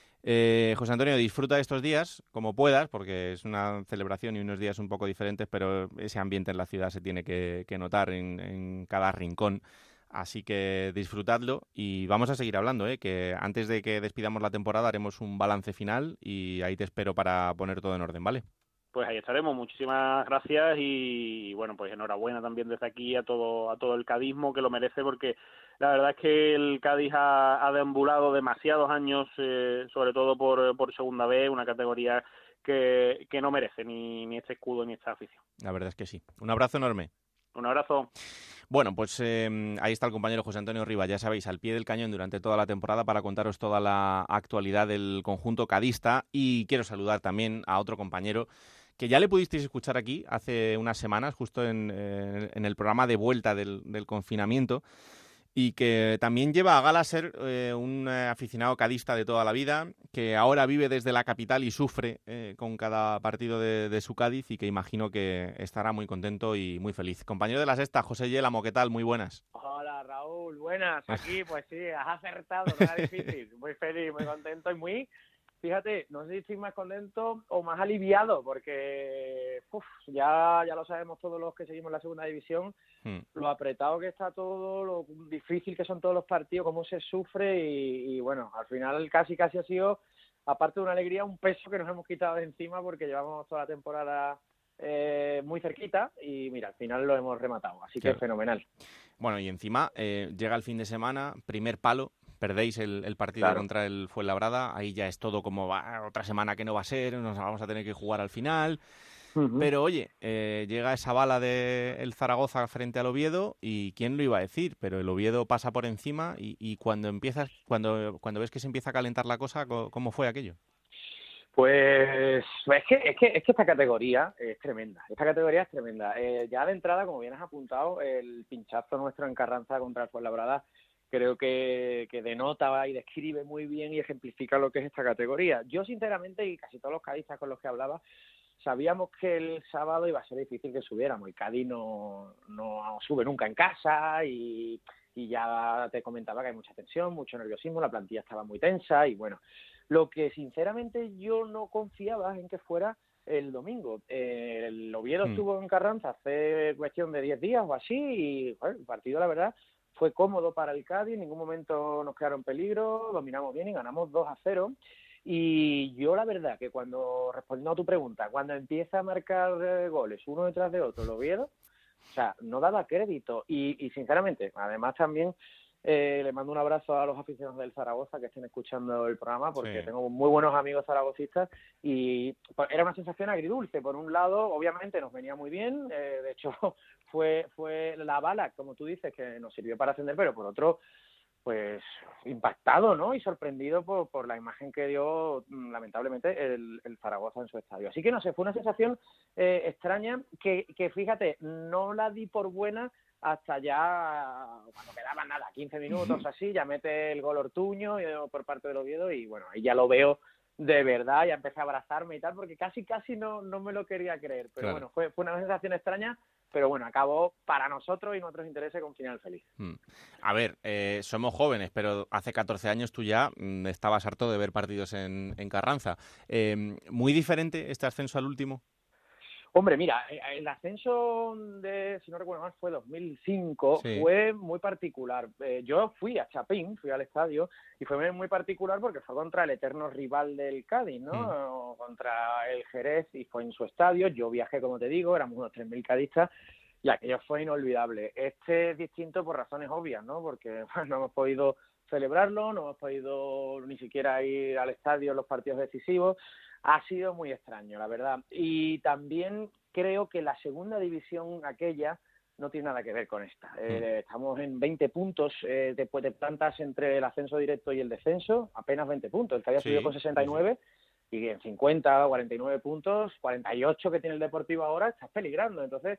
José Antonio, disfruta de estos días como puedas, porque es una celebración y unos días un poco diferentes, pero ese ambiente en la ciudad se tiene que notar en cada rincón. Así que disfrutadlo y vamos a seguir hablando, que antes de que despidamos la temporada haremos un balance final y ahí te espero para poner todo en orden, ¿vale? Pues ahí estaremos. Muchísimas gracias y bueno, pues enhorabuena también desde aquí a todo el cadismo, que lo merece, porque la verdad es que el Cádiz ha deambulado demasiados años, sobre todo por segunda vez, una categoría que no merece ni este escudo ni esta afición. La verdad es que sí. Un abrazo enorme. Un abrazo. Bueno, pues ahí está el compañero José Antonio Rivas, ya sabéis, al pie del cañón durante toda la temporada para contaros toda la actualidad del conjunto cadista. Y quiero saludar también a otro compañero que ya le pudisteis escuchar aquí hace unas semanas, justo en el programa de vuelta del confinamiento, y que también lleva a gala ser un aficionado cadista de toda la vida, que ahora vive desde la capital y sufre con cada partido de su Cádiz, y que imagino que estará muy contento y muy feliz. Compañero de la Sexta, José Yélamo, ¿qué tal? Muy buenas. Hola Raúl, buenas. Aquí pues sí, has acertado, no era difícil. Muy feliz, muy contento y muy... Fíjate, no sé si estoy más contento o más aliviado, porque ya lo sabemos todos los que seguimos la segunda división, lo apretado que está todo, lo difícil que son todos los partidos, cómo se sufre y bueno, al final casi ha sido, aparte de una alegría, un peso que nos hemos quitado de encima porque llevamos toda la temporada muy cerquita y mira, al final lo hemos rematado, así que fenomenal. Bueno, y encima llega el fin de semana, primer palo. Perdéis el partido contra el Fuenlabrada, ahí ya es todo como otra semana que no va a ser, nos vamos a tener que jugar al final. Pero oye, llega esa bala del Zaragoza frente al Oviedo y ¿quién lo iba a decir? Pero el Oviedo pasa por encima y cuando ves que se empieza a calentar la cosa, ¿cómo fue aquello? Pues es que esta categoría es tremenda. Ya de entrada, como bien has apuntado, el pinchazo nuestro en Carranza contra el Fuenlabrada creo que denota y describe muy bien y ejemplifica lo que es esta categoría. Yo, sinceramente, y casi todos los cadistas con los que hablaba, sabíamos que el sábado iba a ser difícil que subiéramos. El Cádiz no sube nunca en casa y ya te comentaba que hay mucha tensión, mucho nerviosismo, la plantilla estaba muy tensa y bueno, lo que sinceramente yo no confiaba en que fuera el domingo. El Oviedo estuvo en Carranza hace cuestión de 10 días o así y bueno, el partido, la verdad, fue cómodo para el Cádiz, en ningún momento nos quedaron peligro, dominamos bien y ganamos 2-0. Y yo la verdad que respondiendo a tu pregunta, cuando empieza a marcar goles uno detrás de otro, el Oviedo, o sea, no daba crédito. Y sinceramente, además también le mando un abrazo a los aficionados del Zaragoza que estén escuchando el programa, porque tengo muy buenos amigos zaragocistas y era una sensación agridulce. Por un lado, obviamente nos venía muy bien, de hecho fue la bala, como tú dices, que nos sirvió para ascender, pero por otro, pues impactado, ¿no? Y sorprendido por la imagen que dio lamentablemente el Zaragoza en su estadio. Así que no sé, fue una sensación extraña que fíjate, no la di por buena hasta ya cuando quedaban 15 minutos así, ya mete el gol Ortuño por parte del Oviedo y bueno, ahí ya lo veo de verdad, ya empecé a abrazarme y tal, porque casi no me lo quería creer, pero bueno, fue una sensación extraña, pero bueno, acabó para nosotros y nuestros intereses con final feliz. A ver, somos jóvenes, pero hace 14 años tú ya estabas harto de ver partidos en Carranza. ¿Muy diferente este ascenso al último? Hombre, mira, el ascenso si no recuerdo mal, fue 2005, fue muy particular. Yo fui a Chapín, fui al estadio, y fue muy particular porque fue contra el eterno rival del Cádiz, ¿no? Contra el Jerez, y fue en su estadio. Yo viajé, como te digo, éramos unos 3.000 cadistas, y aquello fue inolvidable. Este es distinto por razones obvias, ¿no? Porque no hemos podido celebrarlo, no hemos podido ni siquiera ir al estadio en los partidos decisivos. Ha sido muy extraño, la verdad. Y también creo que la segunda división aquella no tiene nada que ver con esta. Estamos en 20 puntos después de plantas entre el ascenso directo y el descenso, apenas 20 puntos. El que había subido con 69 y en 50, 49 puntos, 48 que tiene el Deportivo ahora, estás peligrando. Entonces,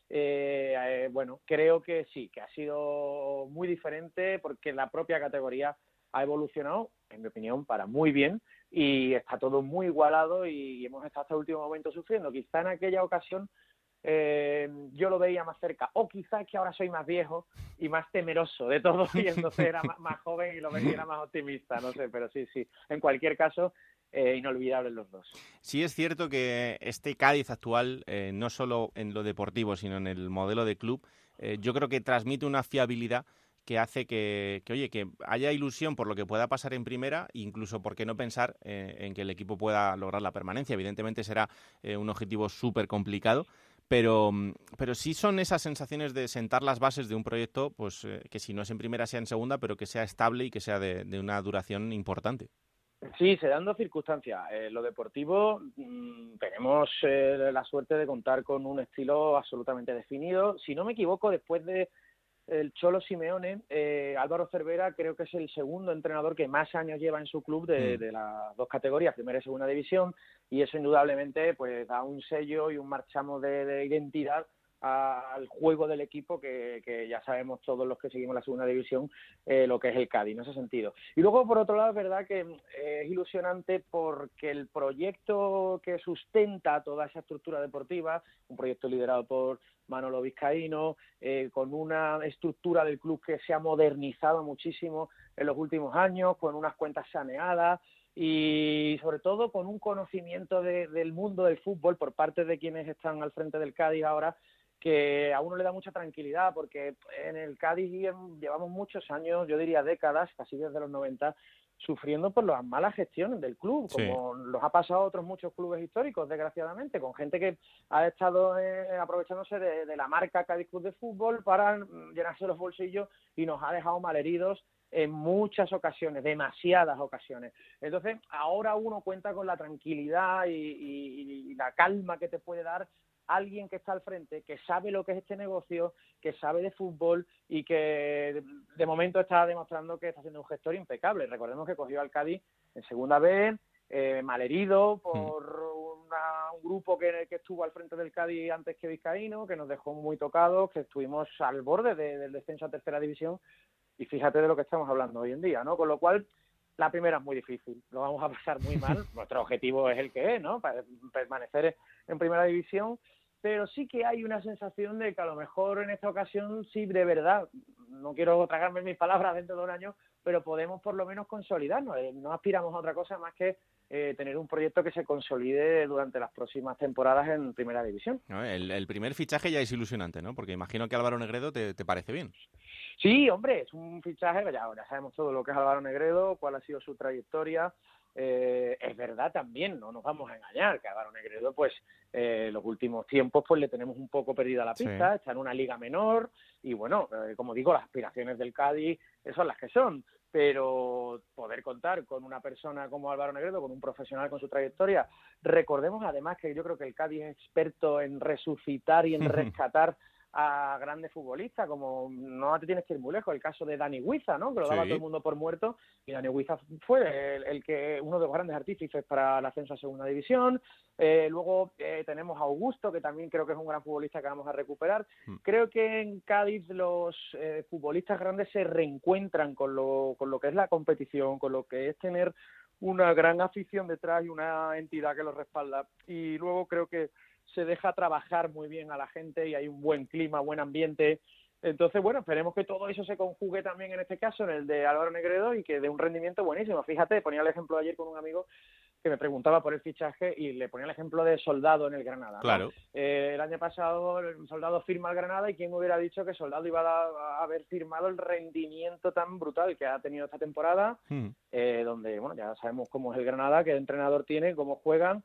bueno, creo que sí, que ha sido muy diferente porque la propia categoría ha evolucionado, en mi opinión, para muy bien y está todo muy igualado y hemos estado hasta el último momento sufriendo. Quizá en aquella ocasión yo lo veía más cerca, o quizás es que ahora soy más viejo y más temeroso de todo y entonces era más joven y lo veía más optimista, no sé, pero sí, en cualquier caso inolvidables los dos. Sí es cierto que este Cádiz actual, no solo en lo deportivo sino en el modelo de club, yo creo que transmite una fiabilidad que hace que haya ilusión por lo que pueda pasar en primera, incluso por qué no pensar en que el equipo pueda lograr la permanencia. Evidentemente será un objetivo súper complicado, pero sí son esas sensaciones de sentar las bases de un proyecto, pues que si no es en primera sea en segunda, pero que sea estable y que sea de una duración importante. Sí, se dan dos circunstancias. Lo deportivo, tenemos la suerte de contar con un estilo absolutamente definido. Si no me equivoco, después de el Cholo Simeone, Álvaro Cervera creo que es el segundo entrenador que más años lleva en su club de las dos categorías, primera y segunda división, y eso indudablemente pues da un sello y un marchamo de identidad al juego del equipo que ya sabemos todos los que seguimos la segunda división lo que es el Cádiz en ese sentido. Y luego por otro lado es verdad que es ilusionante porque el proyecto que sustenta toda esa estructura deportiva, un proyecto liderado por Manolo Vizcaíno, con una estructura del club que se ha modernizado muchísimo en los últimos años, con unas cuentas saneadas y sobre todo con un conocimiento del mundo del fútbol por parte de quienes están al frente del Cádiz ahora, que a uno le da mucha tranquilidad, porque en el Cádiz llevamos muchos años, yo diría décadas, casi desde los 90, sufriendo por las malas gestiones del club, como los ha pasado a otros muchos clubes históricos, desgraciadamente, con gente que ha estado aprovechándose de la marca Cádiz Club de Fútbol para llenarse los bolsillos y nos ha dejado malheridos en muchas ocasiones, demasiadas ocasiones. Entonces, ahora uno cuenta con la tranquilidad y la calma que te puede dar alguien que está al frente, que sabe lo que es este negocio, que sabe de fútbol y que de momento está demostrando que está haciendo un gestor impecable. Recordemos que cogió al Cádiz en segunda vez, malherido por un grupo que estuvo al frente del Cádiz antes que Vizcaíno, que nos dejó muy tocados, que estuvimos al borde del descenso a tercera división, y fíjate de lo que estamos hablando hoy en día, ¿no? Con lo cual, la primera es muy difícil, lo vamos a pasar muy mal, nuestro objetivo es el que es, ¿no? Para permanecer en primera división, pero sí que hay una sensación de que a lo mejor en esta ocasión sí, de verdad, no quiero tragarme mis palabras dentro de un año, pero podemos por lo menos consolidarnos, no aspiramos a otra cosa más que tener un proyecto que se consolide durante las próximas temporadas en primera división. El primer fichaje ya es ilusionante, ¿no? Porque imagino que Álvaro Negredo te parece bien. Sí, hombre, es un fichaje, ya sabemos todo lo que es Álvaro Negredo, cuál ha sido su trayectoria. Es verdad también, no nos vamos a engañar, que Álvaro Negredo, pues, los últimos tiempos, pues le tenemos un poco perdida la pista, está en una liga menor, y bueno, como digo, las aspiraciones del Cádiz son las que son, pero poder contar con una persona como Álvaro Negredo, con un profesional con su trayectoria, recordemos además que yo creo que el Cádiz es experto en resucitar y en rescatar a grandes futbolistas, como no te tienes que ir muy lejos, el caso de Dani Huiza, ¿no? Que lo daba todo el mundo por muerto, y Dani Huiza fue uno de los grandes artífices para el ascenso a segunda división. Luego tenemos a Augusto, que también creo que es un gran futbolista que vamos a recuperar. Creo que en Cádiz los futbolistas grandes se reencuentran con lo que es la competición, con lo que es tener una gran afición detrás y una entidad que los respalda. Y luego creo que se deja trabajar muy bien a la gente y hay un buen clima, buen ambiente. Entonces, bueno, esperemos que todo eso se conjugue también en este caso, en el de Álvaro Negredo, y que dé un rendimiento buenísimo. Fíjate, ponía el ejemplo ayer con un amigo que me preguntaba por el fichaje y le ponía el ejemplo de Soldado en el Granada, ¿no? Claro. El año pasado el Soldado firma el Granada, y quién hubiera dicho que Soldado iba a haber firmado el rendimiento tan brutal que ha tenido esta temporada, donde, bueno, ya sabemos cómo es el Granada, qué entrenador tiene, cómo juegan,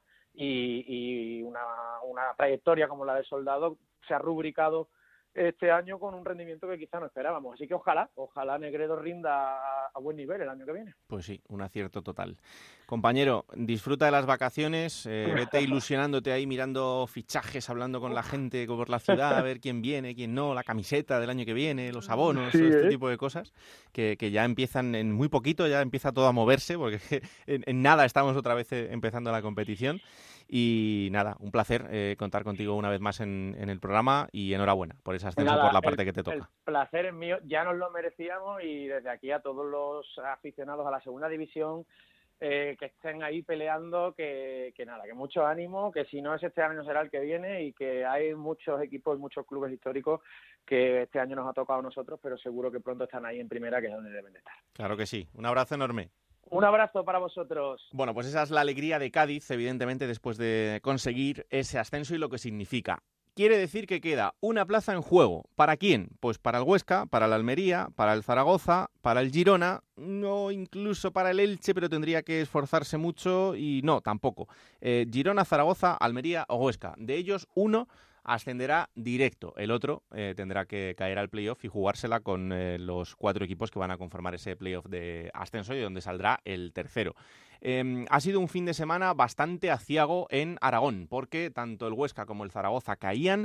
y una trayectoria como la de Soldado se ha rubricado este año con un rendimiento que quizá no esperábamos. Así que ojalá Negredo rinda a buen nivel el año que viene. Pues sí, un acierto total. Compañero, disfruta de las vacaciones, vete ilusionándote ahí mirando fichajes, hablando con la gente por la ciudad, a ver quién viene, quién no, la camiseta del año que viene, los abonos, todo este tipo de cosas que ya empiezan en muy poquito, ya empieza todo a moverse, porque en nada estamos otra vez empezando la competición. Y nada, un placer contar contigo una vez más en el programa, y enhorabuena por ese ascenso, por la parte que te toca. El placer es mío, ya nos lo merecíamos, y desde aquí a todos los aficionados a la segunda división, que estén ahí peleando, que nada, que mucho ánimo, que si no es este año será el que viene, y que hay muchos equipos, muchos clubes históricos que este año nos ha tocado a nosotros, pero seguro que pronto están ahí en primera, que es donde deben de estar. Claro que sí. Un abrazo enorme. Un abrazo para vosotros. Bueno, pues esa es la alegría de Cádiz, evidentemente, después de conseguir ese ascenso y lo que significa. Quiere decir que queda una plaza en juego. ¿Para quién? Pues para el Huesca, para el Almería, para el Zaragoza, para el Girona, no incluso para el Elche, pero tendría que esforzarse mucho y no, tampoco. Girona, Zaragoza, Almería o Huesca. De ellos, uno ascenderá directo. El otro tendrá que caer al playoff y jugársela con los 4 equipos que van a conformar ese playoff de ascenso y donde saldrá el tercero. Ha sido un fin de semana bastante aciago en Aragón, porque tanto el Huesca como el Zaragoza caían,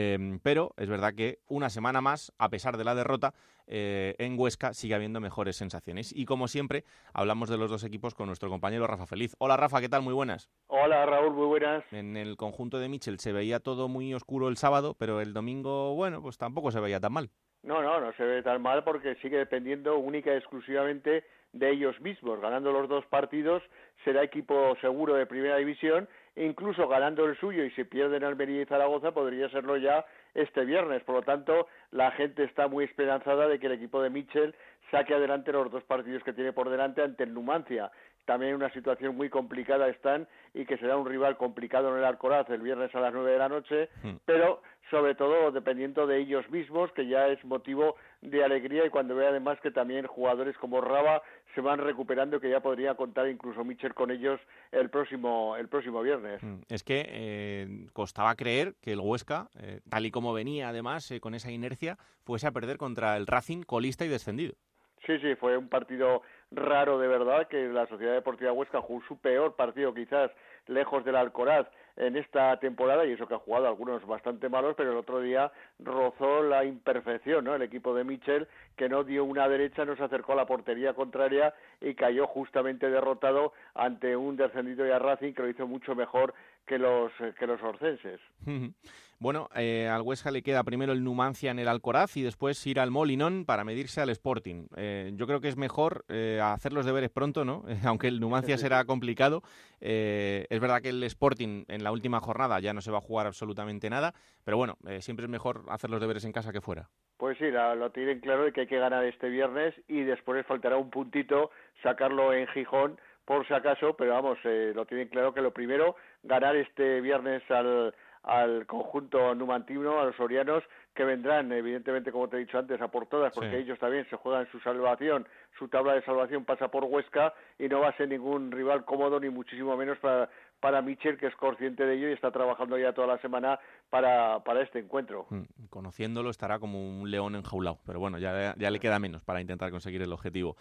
pero es verdad que una semana más, a pesar de la derrota, en Huesca sigue habiendo mejores sensaciones. Y como siempre, hablamos de los dos equipos con nuestro compañero Rafa Feliz. Hola Rafa, ¿qué tal? Muy buenas. Hola Raúl, muy buenas. En el conjunto de Michel se veía todo muy oscuro el sábado, pero el domingo, bueno, pues tampoco se veía tan mal. No se ve tan mal porque sigue dependiendo única y exclusivamente de ellos mismos. Ganando los 2 partidos será equipo seguro de primera división, e incluso ganando el suyo, y si pierden Almería y Zaragoza podría serlo ya este viernes. Por lo tanto, la gente está muy esperanzada de que el equipo de Michel saque adelante los 2 partidos que tiene por delante ante el Numancia. También una situación muy complicada están, y que será un rival complicado en el Alcoraz el viernes a las 9 de la noche, pero sobre todo dependiendo de ellos mismos, que ya es motivo de alegría, y cuando ve además que también jugadores como Raba se van recuperando, que ya podría contar incluso Michel con ellos el próximo viernes. Es que costaba creer que el Huesca, tal y como venía además con esa inercia, fuese a perder contra el Racing, colista y descendido. Sí, fue un partido raro de verdad, que la Sociedad Deportiva Huesca jugó su peor partido quizás lejos del Alcoraz en esta temporada, y eso que ha jugado algunos bastante malos, pero el otro día rozó la imperfección, ¿no? El equipo de Michel, que no dio una derecha, no se acercó a la portería contraria y cayó justamente derrotado ante un descendido y a Racing, que lo hizo mucho mejor que los orcenses. Bueno, al Huesca le queda primero el Numancia en el Alcoraz y después ir al Molinón para medirse al Sporting. Yo creo que es mejor hacer los deberes pronto, ¿no? Aunque el Numancia será complicado. Es verdad que el Sporting en la última jornada ya no se va a jugar absolutamente nada, pero bueno, siempre es mejor hacer los deberes en casa que fuera. Pues sí, lo tienen claro de que hay que ganar este viernes, y después les faltará un puntito, sacarlo en Gijón por si acaso, pero vamos, lo tienen claro que lo primero, ganar este viernes al conjunto numantino, a los sorianos, que vendrán, evidentemente, como te he dicho antes, a por todas, porque ellos también se juegan su salvación, su tabla de salvación pasa por Huesca, y no va a ser ningún rival cómodo, ni muchísimo menos para Michel, que es consciente de ello y está trabajando ya toda la semana para este encuentro. Conociéndolo estará como un león enjaulado, pero bueno, ya le queda menos para intentar conseguir el objetivo.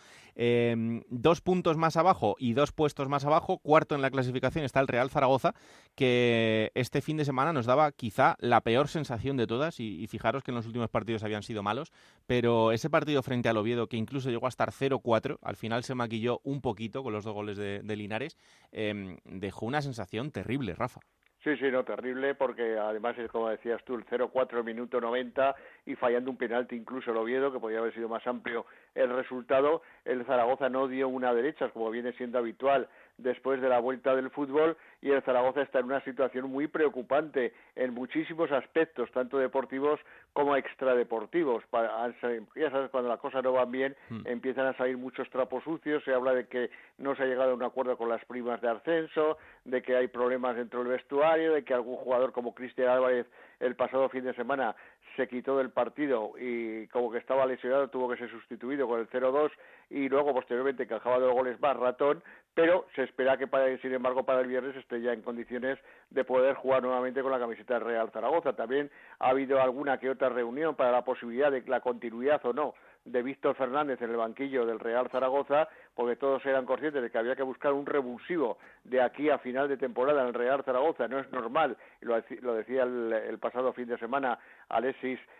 2 puntos más abajo y 2 puestos más abajo, cuarto en la clasificación está el Real Zaragoza, que este fin de semana nos daba quizá la peor sensación de todas, y fijaros que en los últimos partidos habían sido malos, pero ese partido frente al Oviedo, que incluso llegó a estar 0-4, al final se maquilló un poquito con los 2 goles de Linares, dejó una sensación terrible, Rafa. Sí, no, terrible, porque además es como decías tú, el 0-4 minuto 90, y fallando un penalti incluso el Oviedo, que podría haber sido más amplio el resultado. El Zaragoza no dio una derecha, como viene siendo habitual después de la vuelta del fútbol, y el Zaragoza está en una situación muy preocupante en muchísimos aspectos, tanto deportivos como extradeportivos. Ya sabes, cuando las cosas no van bien, empiezan a salir muchos trapos sucios, se habla de que no se ha llegado a un acuerdo con las primas de ascenso, de que hay problemas dentro del vestuario, de que algún jugador como Cristian Álvarez el pasado fin de semana se quitó del partido y como que estaba lesionado tuvo que ser sustituido con el 0-2, y luego posteriormente encajaba 2 goles más ratón, pero se espera que sin embargo para el viernes esté ya en condiciones de poder jugar nuevamente con la camiseta del Real Zaragoza. También ha habido alguna que otra reunión para la posibilidad de la continuidad o no de Víctor Fernández en el banquillo del Real Zaragoza, porque todos eran conscientes de que había que buscar un revulsivo de aquí a final de temporada en el Real Zaragoza. No es normal, lo decía el pasado fin de semana Alexis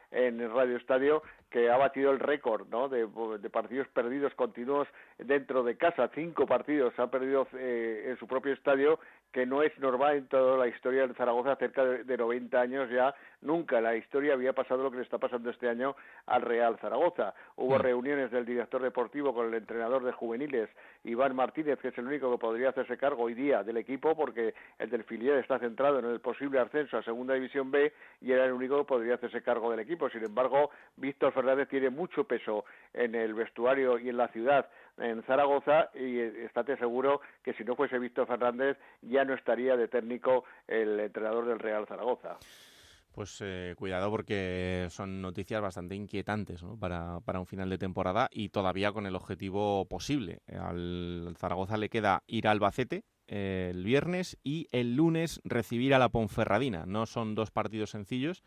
en el Radio Estadio, que ha batido el récord, ¿no?, de partidos perdidos continuos dentro de casa. 5 partidos ha perdido en su propio estadio, que no es normal en toda la historia del Zaragoza, cerca de 90 años ya. Nunca en la historia había pasado lo que le está pasando este año al Real Zaragoza. Hubo reuniones del director deportivo con el entrenador de juveniles, Iván Martínez, que es el único que podría hacerse cargo hoy día del equipo, porque el del filial está centrado en el posible ascenso a Segunda División B y era el único que podría hacerse cargo del equipo. Sin embargo, Víctor Fernández tiene mucho peso en el vestuario y en la ciudad, en Zaragoza, y estate seguro que si no fuese Víctor Fernández ya no estaría de técnico el entrenador del Real Zaragoza. Pues cuidado, porque son noticias bastante inquietantes, ¿no?, para un final de temporada, y todavía con el objetivo posible. Al Zaragoza le queda ir a Albacete el viernes y el lunes recibir a la Ponferradina. No son 2 partidos sencillos,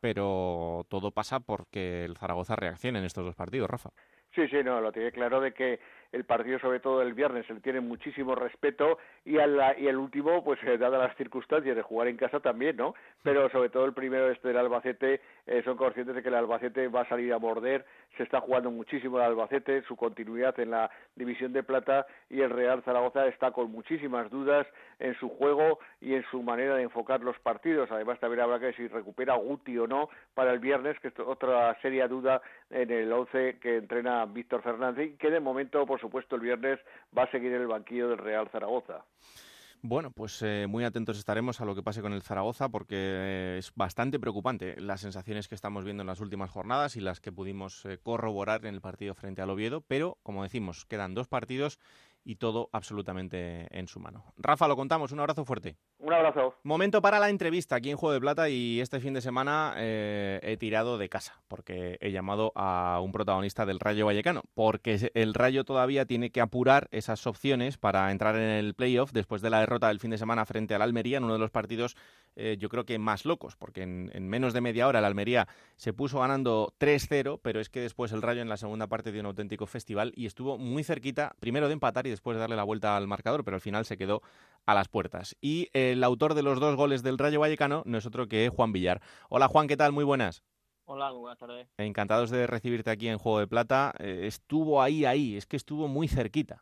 pero todo pasa porque el Zaragoza reaccione en estos 2 partidos, Rafa. Sí, no, lo tiene claro de que el partido, sobre todo el viernes, se le tiene muchísimo respeto, y el último, pues dadas las circunstancias de jugar en casa también, ¿no? Pero sobre todo el primero, del Albacete, son conscientes de que el Albacete va a salir a morder. Se está jugando muchísimo el Albacete, su continuidad en la División de Plata, y el Real Zaragoza está con muchísimas dudas en su juego y en su manera de enfocar los partidos. Además, también habrá que ver si recupera Guti o no para el viernes, que es otra seria duda en el 11 que entrena Víctor Fernández, y que de momento, por supuesto, el viernes va a seguir en el banquillo del Real Zaragoza. Bueno, pues muy atentos estaremos a lo que pase con el Zaragoza, porque es bastante preocupante las sensaciones que estamos viendo en las últimas jornadas y las que pudimos corroborar en el partido frente al Oviedo, pero, como decimos, quedan 2 partidos y todo absolutamente en su mano. Rafa, lo contamos, un abrazo fuerte. Un abrazo. Momento para la entrevista aquí en Juego de Plata, y este fin de semana he tirado de casa porque he llamado a un protagonista del Rayo Vallecano, porque el Rayo todavía tiene que apurar esas opciones para entrar en el playoff después de la derrota del fin de semana frente al Almería, en uno de los partidos yo creo que más locos, porque en menos de media hora el Almería se puso ganando 3-0, pero es que después el Rayo en la segunda parte dio un auténtico festival y estuvo muy cerquita, primero de empatar y después de darle la vuelta al marcador, pero al final se quedó a las puertas. Y el autor de los 2 goles del Rayo Vallecano no es otro que Juan Villar. Hola Juan, ¿qué tal? Muy buenas. Hola, muy buenas tardes. Encantados de recibirte aquí en Juego de Plata. Estuvo ahí, es que estuvo muy cerquita.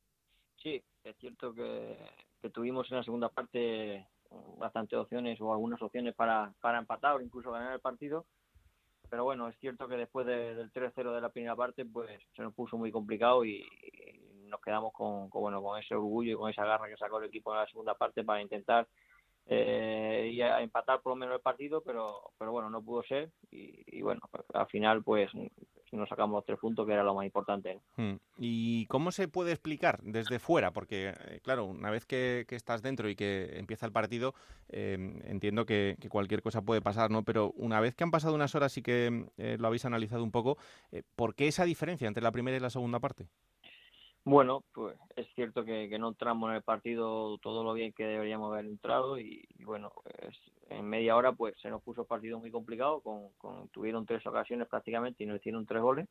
Sí, es cierto que tuvimos en la segunda parte bastantes opciones, o algunas opciones para empatar o incluso ganar el partido, pero bueno, es cierto que después del 3-0 de la primera parte, pues se nos puso muy complicado y nos quedamos con ese orgullo y con esa garra que sacó el equipo en la segunda parte para intentar y a empatar por lo menos el partido, pero bueno, no pudo ser, y bueno, al final pues nos sacamos los 3 puntos, que era lo más importante, ¿no? ¿Y cómo se puede explicar desde fuera? Porque claro, una vez que estás dentro y que empieza el partido, entiendo que cualquier cosa puede pasar, ¿no? Pero una vez que han pasado unas horas y que lo habéis analizado un poco, ¿por qué esa diferencia entre la primera y la segunda parte? Bueno, pues es cierto que no entramos en el partido todo lo bien que deberíamos haber entrado, y bueno, pues en media hora pues se nos puso el partido muy complicado, tuvieron 3 ocasiones prácticamente y nos hicieron 3 goles,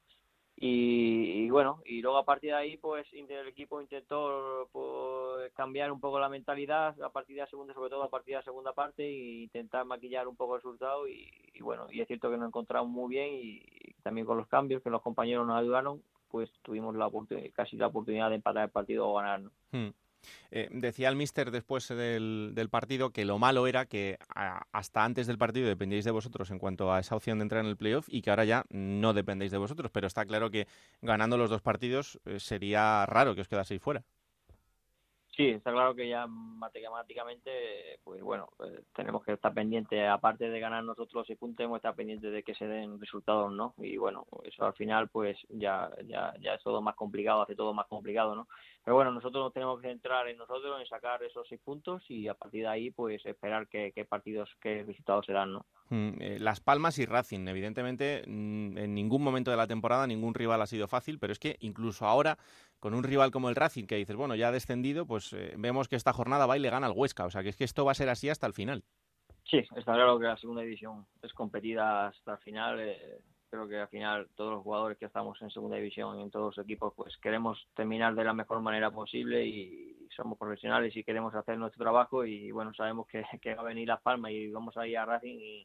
y bueno, y luego a partir de ahí pues el equipo intentó pues cambiar un poco la mentalidad a partir de la segunda, sobre todo a partir de la segunda parte, e intentar maquillar un poco el resultado, y bueno, y es cierto que nos encontramos muy bien, y también con los cambios que los compañeros nos ayudaron, pues tuvimos casi la oportunidad de empatar el partido o ganar, ¿no? Decía el míster después del partido que lo malo era que hasta antes del partido dependíais de vosotros en cuanto a esa opción de entrar en el playoff, y que ahora ya no dependéis de vosotros, pero está claro que ganando los 2 partidos sería raro que os quedaseis fuera. Sí, está claro que ya matemáticamente, pues bueno, tenemos que estar pendientes, aparte de ganar nosotros los 6 puntos, tenemos que estar pendientes de que se den resultados, ¿no? Y bueno, eso al final pues ya es todo más complicado, hace todo más complicado, ¿no? Pero bueno, nosotros nos tenemos que centrar en nosotros, en sacar esos 6 puntos, y a partir de ahí pues esperar qué resultados se dan, ¿no? Las Palmas y Racing, evidentemente, en ningún momento de la temporada ningún rival ha sido fácil, pero es que incluso ahora, con un rival como el Racing, que dices, bueno, ya ha descendido, pues vemos que esta jornada va y le gana al Huesca, o sea que es que esto va a ser así hasta el final. Sí, está claro que la segunda división es competida hasta el final. Creo que al final todos los jugadores que estamos en segunda división y en todos los equipos pues queremos terminar de la mejor manera posible, y somos profesionales y queremos hacer nuestro trabajo, y bueno, sabemos que va a venir Las Palmas y vamos a ir a Racing,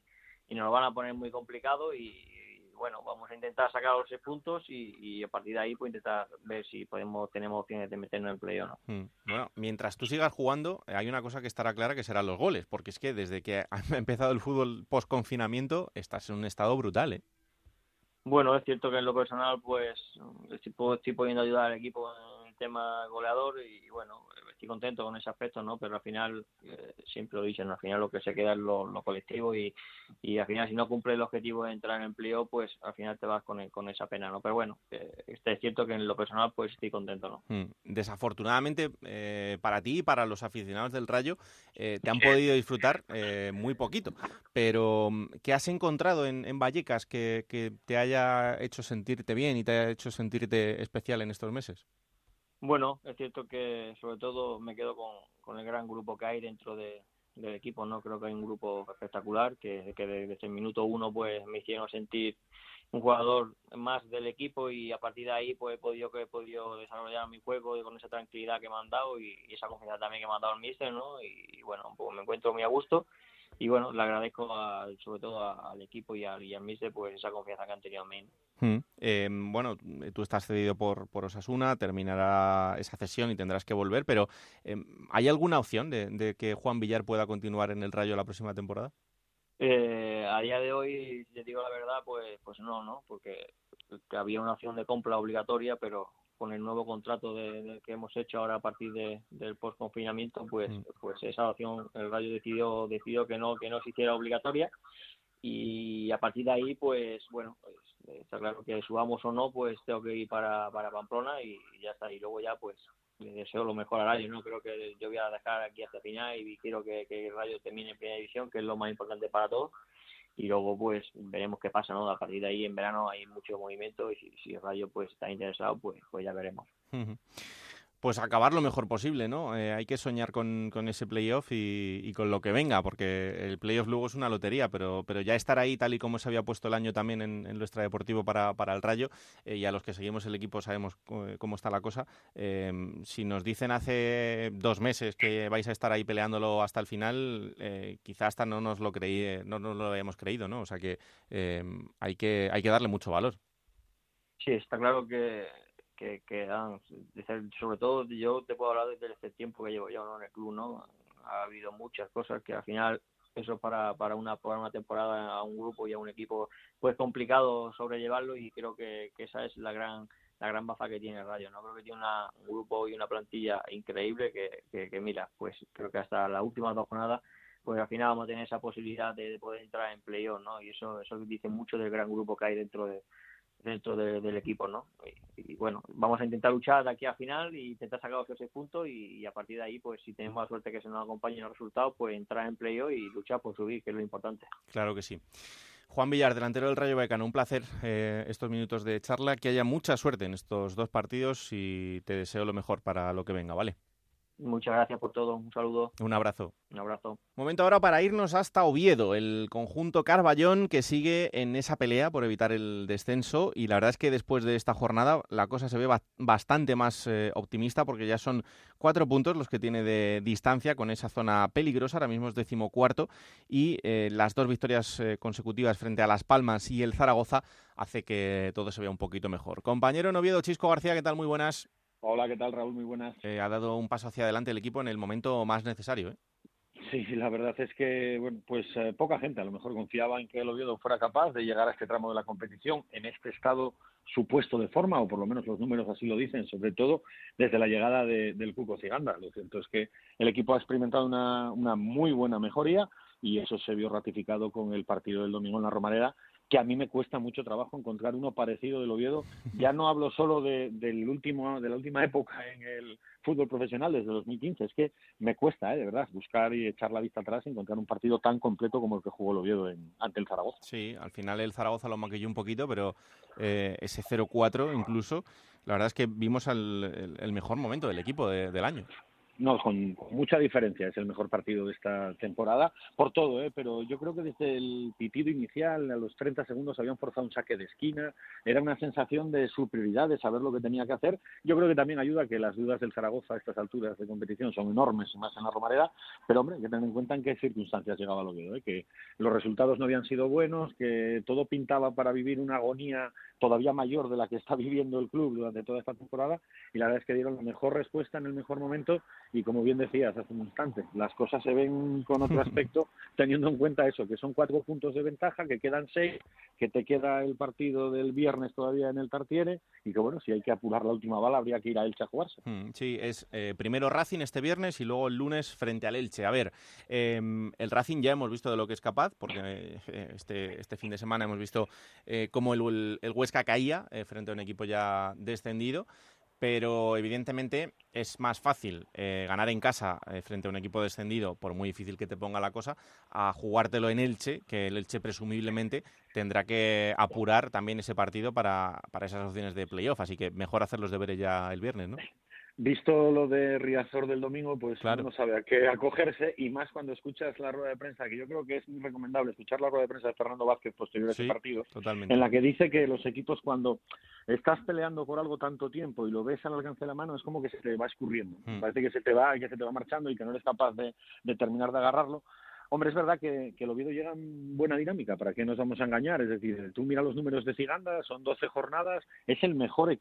nos lo van a poner muy complicado y bueno, vamos a intentar sacar los 6 puntos y a partir de ahí pues intentar ver si tenemos opciones de meternos en play o no. Bueno, mientras tú sigas jugando, hay una cosa que estará clara, que serán los goles, porque es que desde que ha empezado el fútbol post-confinamiento estás en un estado brutal, ¿eh? Bueno, es cierto que en lo personal pues estoy pudiendo ayudar al equipo en el tema goleador y bueno, estoy contento con ese aspecto, ¿no? Pero al final, siempre lo dicen, al final lo que se queda es lo colectivo y al final si no cumple el objetivo de entrar en empleo, pues al final te vas con esa pena, ¿no? Pero bueno, es cierto que en lo personal pues estoy contento, ¿no? Desafortunadamente para ti y para los aficionados del Rayo te han podido disfrutar muy poquito, pero ¿qué has encontrado en Vallecas que te haya hecho sentirte bien y te haya hecho sentirte especial en estos meses? Bueno, es cierto que sobre todo me quedo con el gran grupo que hay dentro del equipo, ¿no? Creo que hay un grupo espectacular que desde el minuto 1 pues me hicieron sentir un jugador más del equipo y a partir de ahí pues he podido desarrollar mi juego con esa tranquilidad que me han dado y esa confianza también que me han dado el míster, ¿no? Y bueno, pues me encuentro muy a gusto. Y bueno, le agradezco sobre todo al equipo y al míster pues esa confianza que han tenido en mí. Bueno, tú estás cedido por Osasuna, terminará esa cesión y tendrás que volver, pero ¿hay alguna opción de que Juan Villar pueda continuar en el Rayo la próxima temporada? A día de hoy, si te digo la verdad, pues no, porque había una opción de compra obligatoria, pero con el nuevo contrato que hemos hecho ahora a partir del post-confinamiento, pues esa opción el Rayo decidió que no se hiciera obligatoria y a partir de ahí, pues bueno, pues, está claro que subamos o no, pues tengo que ir para Pamplona y ya está. Y luego ya, pues le deseo lo mejor al Rayo, ¿no? Creo que yo voy a dejar aquí hasta el final y quiero que el Rayo termine en primera división, que es lo más importante para todos. Y luego pues veremos qué pasa, ¿no? A partir de ahí en verano hay mucho movimiento y si el Rayo pues está interesado, pues ya veremos. Pues acabar lo mejor posible, ¿no? Hay que soñar con ese playoff y con lo que venga, porque el playoff luego es una lotería, pero ya estar ahí tal y como se había puesto el año también en lo extradeportivo para el Rayo, y a los que seguimos el equipo sabemos cómo está la cosa. Si nos dicen hace 2 meses que vais a estar ahí peleándolo hasta el final, quizá hasta no nos lo habíamos creído, ¿no? O sea que hay que darle mucho valor. Sí, está claro que sobre todo yo te puedo hablar desde este tiempo que llevo yo, ¿no? En el club, ¿no? Ha habido muchas cosas que al final eso para una temporada a un grupo y a un equipo pues complicado sobrellevarlo y creo que esa es la gran baza que tiene el Rayo, ¿no? Creo que tiene un grupo y una plantilla increíble que mira, pues creo que hasta las últimas 2 jornadas pues al final vamos a tener esa posibilidad de poder entrar en playoff, ¿no? Y eso dice mucho del gran grupo que hay dentro del equipo, ¿no? Y bueno, vamos a intentar luchar de aquí a final y intentar sacar los 6 puntos y a partir de ahí, pues si tenemos la suerte que se nos acompañen los resultados, pues entrar en playoff y luchar por subir, que es lo importante. Claro que sí. Juan Villar, delantero del Rayo Vallecano, un placer estos minutos de charla, que haya mucha suerte en estos 2 partidos y te deseo lo mejor para lo que venga, ¿vale? Muchas gracias por todo, un saludo. Un abrazo. Un abrazo. Momento ahora para irnos hasta Oviedo, el conjunto Carballón que sigue en esa pelea por evitar el descenso y la verdad es que después de esta jornada la cosa se ve bastante más optimista porque ya son 4 puntos los que tiene de distancia con esa zona peligrosa, ahora mismo es 14º y las 2 victorias consecutivas frente a Las Palmas y el Zaragoza hace que todo se vea un poquito mejor. Compañero en Oviedo, Chisco García, ¿qué tal? Muy buenas. Hola, ¿qué tal, Raúl? Muy buenas. Ha dado un paso hacia adelante el equipo en el momento más necesario, ¿eh? Sí, la verdad es que bueno, pues poca gente a lo mejor confiaba en que el Oviedo fuera capaz de llegar a este tramo de la competición en este estado supuesto de forma, o por lo menos los números así lo dicen, sobre todo desde la llegada del Cuco Ciganda. Lo cierto es que el equipo ha experimentado una muy buena mejoría y eso se vio ratificado con el partido del domingo en la Romareda, que a mí me cuesta mucho trabajo encontrar uno parecido del Oviedo. Ya no hablo solo de la última época en el fútbol profesional, desde 2015. Es que me cuesta, de verdad, buscar y echar la vista atrás y encontrar un partido tan completo como el que jugó el Oviedo ante el Zaragoza. Sí, al final el Zaragoza lo maquilló un poquito, pero ese 0-4 incluso, la verdad es que vimos el mejor momento del equipo del año. No, con mucha diferencia, es el mejor partido de esta temporada, por todo, pero yo creo que desde el pitido inicial, a los 30 segundos, habían forzado un saque de esquina, era una sensación de superioridad, de saber lo que tenía que hacer. Yo creo que también ayuda que las dudas del Zaragoza a estas alturas de competición son enormes, y más en la Romareda, pero hombre, hay que tener en cuenta en qué circunstancias llegaba el Oviedo, que los resultados no habían sido buenos, que todo pintaba para vivir una agonía todavía mayor de la que está viviendo el club durante toda esta temporada, y la verdad es que dieron la mejor respuesta en el mejor momento. Y como bien decías hace un instante, las cosas se ven con otro aspecto, teniendo en cuenta eso, que son 4 puntos de ventaja, que quedan 6, que te queda el partido del viernes todavía en el Tartiere, y que bueno, si hay que apurar la última bala, habría que ir a Elche a jugarse. Sí, es primero Racing este viernes y luego el lunes frente al Elche. A ver, el Racing ya hemos visto de lo que es capaz, porque este fin de semana hemos visto cómo el Huesca caía frente a un equipo ya descendido. Pero evidentemente es más fácil ganar en casa frente a un equipo descendido, por muy difícil que te ponga la cosa, a jugártelo en Elche, que el Elche presumiblemente tendrá que apurar también ese partido para esas opciones de playoff, así que mejor hacer los deberes ya el viernes, ¿no? Visto lo de Riazor del domingo, pues claro, uno sabe a qué acogerse, y más cuando escuchas la rueda de prensa, que yo creo que es muy recomendable escuchar la rueda de prensa de Fernando Vázquez posterior a ese partido, totalmente, en la que dice que los equipos, cuando estás peleando por algo tanto tiempo y lo ves al alcance de la mano, es como que se te va escurriendo. Parece que se te va y que se te va marchando y que no eres capaz de terminar de agarrarlo. Hombre, es verdad que el Oviedo llega en buena dinámica, ¿para qué nos vamos a engañar? Es decir, tú mira los números de Ciganda, son 12 jornadas, es el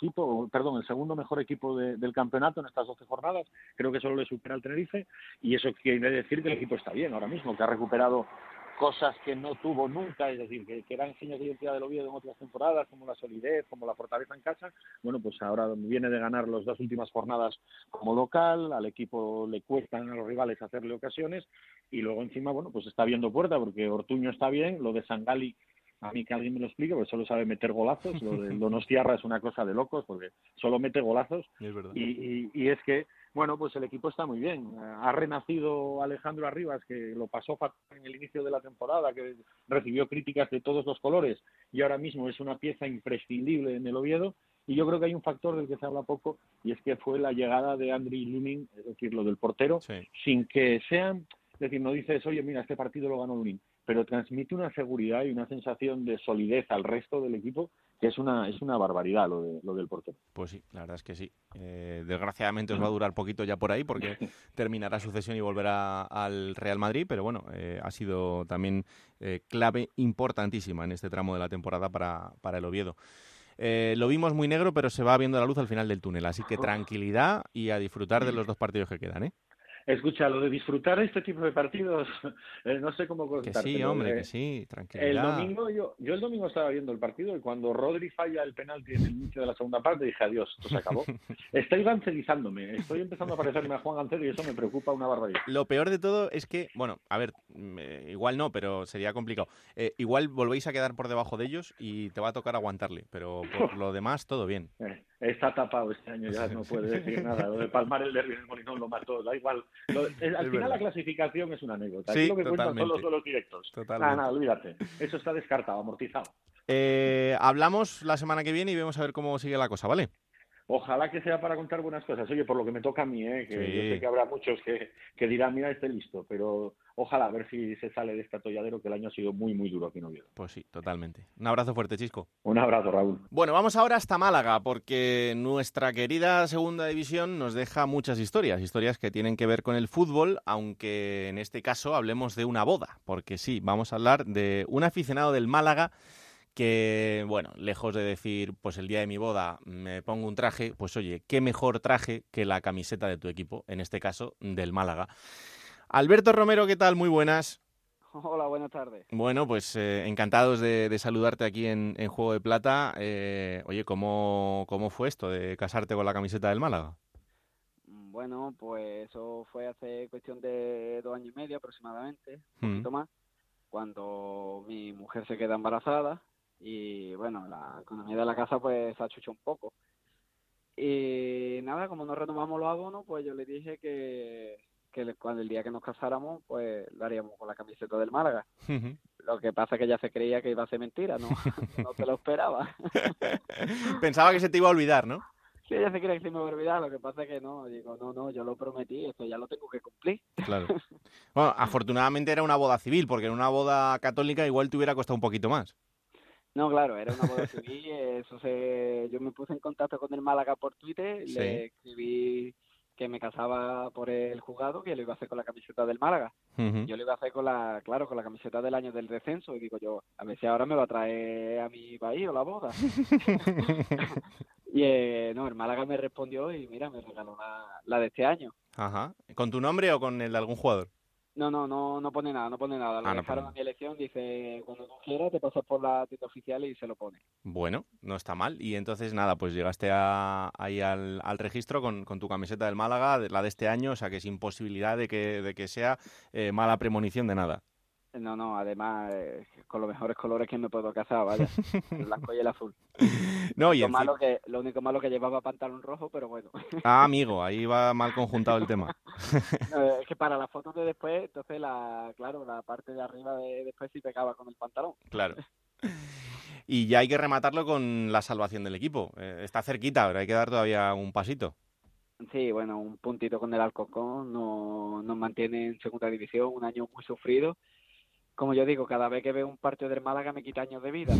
segundo mejor equipo del campeonato en estas 12 jornadas, creo que solo le supera al Tenerife, y eso quiere decir que el equipo está bien ahora mismo, que ha recuperado cosas que no tuvo nunca, es decir, que eran señas de identidad del Oviedo en otras temporadas, como la solidez, como la fortaleza en casa. Bueno, pues ahora viene de ganar las 2 últimas jornadas como local, al equipo le cuestan a los rivales hacerle ocasiones, y luego encima, bueno, pues está viendo puerta, porque Ortuño está bien, lo de Sangali, a mí que alguien me lo explique, porque solo sabe meter golazos, lo de Donostiarra es una cosa de locos, porque solo mete golazos, es verdad. Y es que, bueno, pues el equipo está muy bien. Ha renacido Alejandro Arribas, que lo pasó fatal en el inicio de la temporada, que recibió críticas de todos los colores, y ahora mismo es una pieza imprescindible en el Oviedo. Y yo creo que hay un factor del que se habla poco, y es que fue la llegada de Andriy Lunin, es decir, lo del portero, sin que sean, es decir, no dices, oye, mira, este partido lo ganó Lunin, pero transmite una seguridad y una sensación de solidez al resto del equipo, que es una barbaridad lo del portero. Pues sí, la verdad es que sí. Desgraciadamente os va a durar poquito ya por ahí, porque terminará su cesión y volverá al Real Madrid, pero bueno, ha sido también clave importantísima en este tramo de la temporada para el Oviedo. Lo vimos muy negro, pero se va viendo la luz al final del túnel, así que tranquilidad y a disfrutar de los 2 partidos que quedan, ¿eh? Escucha, lo de disfrutar este tipo de partidos, no sé cómo contártelo. Que sí, hombre, que sí, tranquilidad. El domingo, yo el domingo estaba viendo el partido, y cuando Rodri falla el penalti en el inicio de la segunda parte, dije, adiós, esto se acabó. Estoy gancerizándome, estoy empezando a parecerme a Juan Gancero, y eso me preocupa una barbaridad. Lo peor de todo es que, bueno, a ver, igual no, pero sería complicado. Igual volvéis a quedar por debajo de ellos y te va a tocar aguantarle, pero por lo demás, todo bien. Está tapado este año, ya no puede decir nada. Lo de palmar el derbi en el Molinón lo mató, da igual. Al final la clasificación es una anécdota. Sí, aquí lo que totalmente. cuentan son los duelos directos. Nada, olvídate. Eso está descartado, amortizado. Hablamos la semana que viene y vemos a ver cómo sigue la cosa, ¿vale? Ojalá que sea para contar buenas cosas. Oye, por lo que me toca a mí, que yo sé que habrá muchos que dirán, mira, esté listo, pero ojalá a ver si se sale de este atolladero, que el año ha sido muy, muy duro aquí en Oviedo. Pues sí, totalmente. Un abrazo fuerte, Chisco. Un abrazo, Raúl. Bueno, vamos ahora hasta Málaga, porque nuestra querida segunda división nos deja muchas historias que tienen que ver con el fútbol, aunque en este caso hablemos de una boda, porque sí, vamos a hablar de un aficionado del Málaga que, bueno, lejos de decir, pues el día de mi boda me pongo un traje, pues oye, qué mejor traje que la camiseta de tu equipo, en este caso del Málaga. Alberto Romero, ¿qué tal? Muy buenas. Hola, buenas tardes. Bueno, pues encantados de saludarte aquí en Juego de Plata. Oye, ¿cómo fue esto de casarte con la camiseta del Málaga? Bueno, pues eso fue hace cuestión de 2 años y medio aproximadamente, un poquito más, cuando mi mujer se queda embarazada. Y bueno, la economía de la casa pues se achuchó un poco. Y nada, como no renovamos los abonos, pues yo le dije que cuando el día que nos casáramos, pues lo haríamos con la camiseta del Málaga. Lo que pasa es que ella se creía que iba a ser mentira, no te lo esperaba. Pensaba que se te iba a olvidar, ¿no? Sí, ella se cree que se me va a olvidar, lo que pasa es que no, digo, no, yo lo prometí, esto ya lo tengo que cumplir. Claro. Bueno, afortunadamente era una boda civil, porque en una boda católica igual te hubiera costado un poquito más. No, claro, era una boda civil, yo me puse en contacto con el Málaga por Twitter, Sí. le escribí que me casaba por el juzgado, que lo iba a hacer con la camiseta del Málaga. Uh-huh. Yo lo iba a hacer con la camiseta del año del descenso, y digo yo, a ver si ahora me va a traer a mi país o la boda. Y no, el Málaga me respondió y mira, me regaló la de este año. Ajá. ¿Con tu nombre o con el de algún jugador? No pone nada. Lo dejaron a mi elección, dice, cuando tú quieras te pasas por la tienda oficial y se lo pone. Bueno, no está mal. Y entonces, nada, pues llegaste ahí al registro con tu camiseta del Málaga, la de este año, o sea que sin posibilidad de que sea mala premonición de nada. No, además, con los mejores colores que me puedo casar, vaya, el blanco y el azul. No, y lo único malo que llevaba pantalón rojo, pero bueno. Ah, amigo, ahí va mal conjuntado el tema. No, es que para las fotos de después, entonces la parte de arriba de después sí pegaba con el pantalón. Claro. Y ya hay que rematarlo con la salvación del equipo. Está cerquita, pero hay que dar todavía un pasito. Sí, bueno, un puntito con el Alcorcón nos mantiene en segunda división, un año muy sufrido. Como yo digo, cada vez que veo un partido del Málaga me quita años de vida.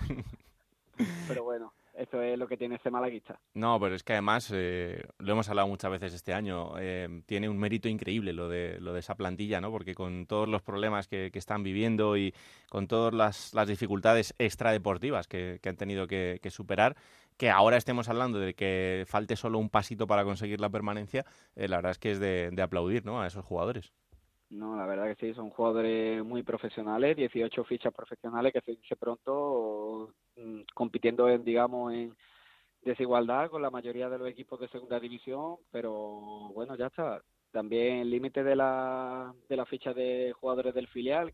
Pero bueno, eso es lo que tiene ese malaguista. No, pero es que además, lo hemos hablado muchas veces este año, tiene un mérito increíble lo de esa plantilla, ¿no? Porque con todos los problemas que están viviendo y con todas las dificultades extradeportivas que han tenido que superar, que ahora estemos hablando de que falte solo un pasito para conseguir la permanencia, la verdad es que es de aplaudir, ¿no? A esos jugadores. No, la verdad que sí, son jugadores muy profesionales, 18 fichas profesionales que se dice pronto, compitiendo en desigualdad con la mayoría de los equipos de segunda división, pero bueno, ya está. También el límite de la ficha de jugadores del filial,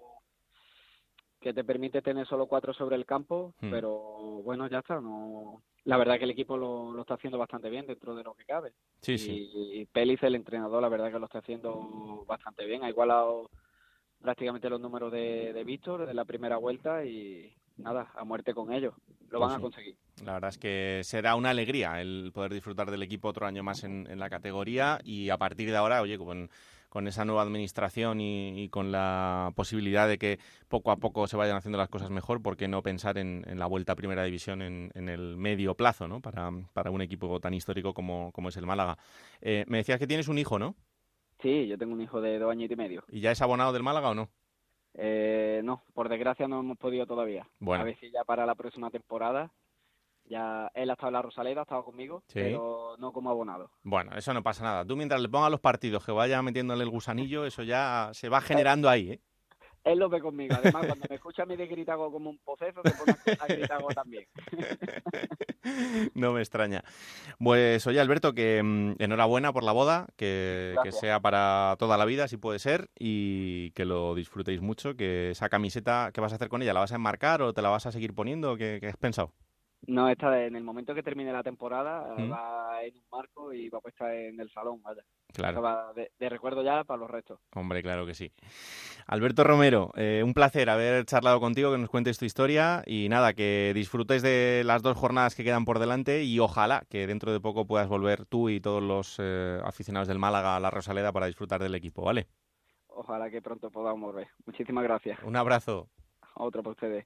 que te permite tener solo 4 sobre el campo, pero bueno, ya está. No, la verdad que el equipo lo está haciendo bastante bien dentro de lo que cabe. Sí. Y Pelis, el entrenador, la verdad que lo está haciendo bastante bien. Ha igualado prácticamente los números de Víctor de la primera vuelta y nada, a muerte con ellos. Lo van a conseguir. La verdad es que será una alegría el poder disfrutar del equipo otro año más en la categoría y a partir de ahora, oye, con esa nueva administración y con la posibilidad de que poco a poco se vayan haciendo las cosas mejor, ¿por qué no pensar en la vuelta a Primera División en el medio plazo, ¿no? Para un equipo tan histórico como es el Málaga? Me decías que tienes un hijo, ¿¿no? Sí, yo tengo un hijo de 2 años y medio. ¿Y ya es abonado del Málaga o no? No, por desgracia no hemos podido todavía. Bueno. A ver si ya para la próxima temporada. Ya él ha estado en la Rosaleda, ha estado conmigo, sí, pero no como abonado. Bueno, eso no pasa nada. Tú mientras le pongas los partidos, que vaya metiéndole el gusanillo, eso ya se va generando ahí, ¿eh? Él lo ve conmigo. Además, cuando me escucha a mí de Gritago como un poceso, se pone a Gritago también. No me extraña. Pues oye, Alberto, que enhorabuena por la boda, que sea para toda la vida, si puede ser, y que lo disfrutéis mucho, que esa camiseta, ¿qué vas a hacer con ella? ¿La vas a enmarcar o te la vas a seguir poniendo? ¿Qué has pensado? No, esta en el momento que termine la temporada va en un marco y va puesta en el salón, vaya. Claro. Va de recuerdo ya para los restos. Hombre, claro que sí. Alberto Romero, un placer haber charlado contigo, que nos cuentes tu historia y nada, que disfrutes de las 2 jornadas que quedan por delante y ojalá que dentro de poco puedas volver tú y todos los aficionados del Málaga a la Rosaleda para disfrutar del equipo, ¿vale? Ojalá que pronto podamos volver. Muchísimas gracias. Un abrazo. Otro para ustedes.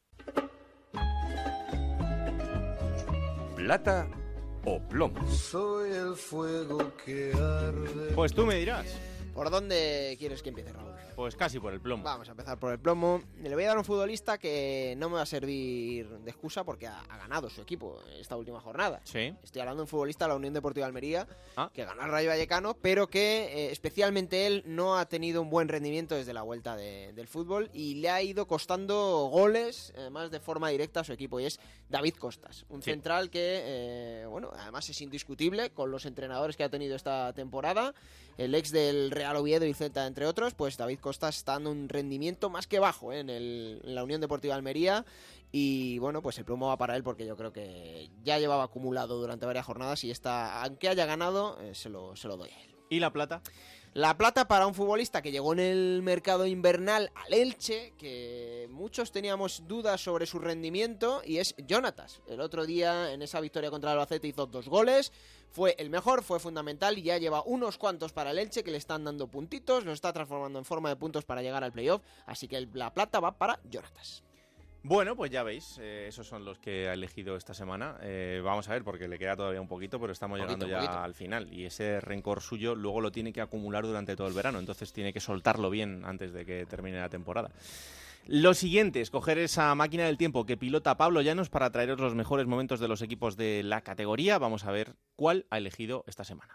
¿Plata o plomo? Soy el fuego que arde. Pues tú me dirás. ¿Por dónde quieres que empiece, Raúl? Pues casi por el plomo. Vamos a empezar por el plomo. Le voy a dar a un futbolista que no me va a servir de excusa porque ha ganado su equipo esta última jornada. Sí. Estoy hablando de un futbolista de la Unión Deportiva Almería, que ganó al Rayo Vallecano, pero que especialmente él no ha tenido un buen rendimiento desde la vuelta del fútbol y le ha ido costando goles, además de forma directa a su equipo, y es David Costas. Un central que, además es indiscutible con los entrenadores que ha tenido esta temporada. El ex del Real Oviedo y Celta, entre otros, pues David Costas está dando un rendimiento más que bajo en la Unión Deportiva Almería y bueno, pues el plomo va para él porque yo creo que ya llevaba acumulado durante varias jornadas y esta, aunque haya ganado, se lo doy a él. ¿Y La Plata? La Plata para un futbolista que llegó en el mercado invernal al Elche, que muchos teníamos dudas sobre su rendimiento, y es Jonatas. El otro día en esa victoria contra el Albacete hizo 2 goles, fue el mejor, fue fundamental y ya lleva unos cuantos para el Elche que le están dando puntitos, lo está transformando en forma de puntos para llegar al playoff, así que La Plata va para Jonatas. Bueno, pues ya veis, esos son los que ha elegido esta semana. Vamos a ver, porque le queda todavía un poquito, pero estamos llegando ya al final. Y ese rencor suyo luego lo tiene que acumular durante todo el verano, entonces tiene que soltarlo bien antes de que termine la temporada. Lo siguiente es coger esa máquina del tiempo que pilota Pablo Llanos para traeros los mejores momentos de los equipos de la categoría. Vamos a ver cuál ha elegido esta semana.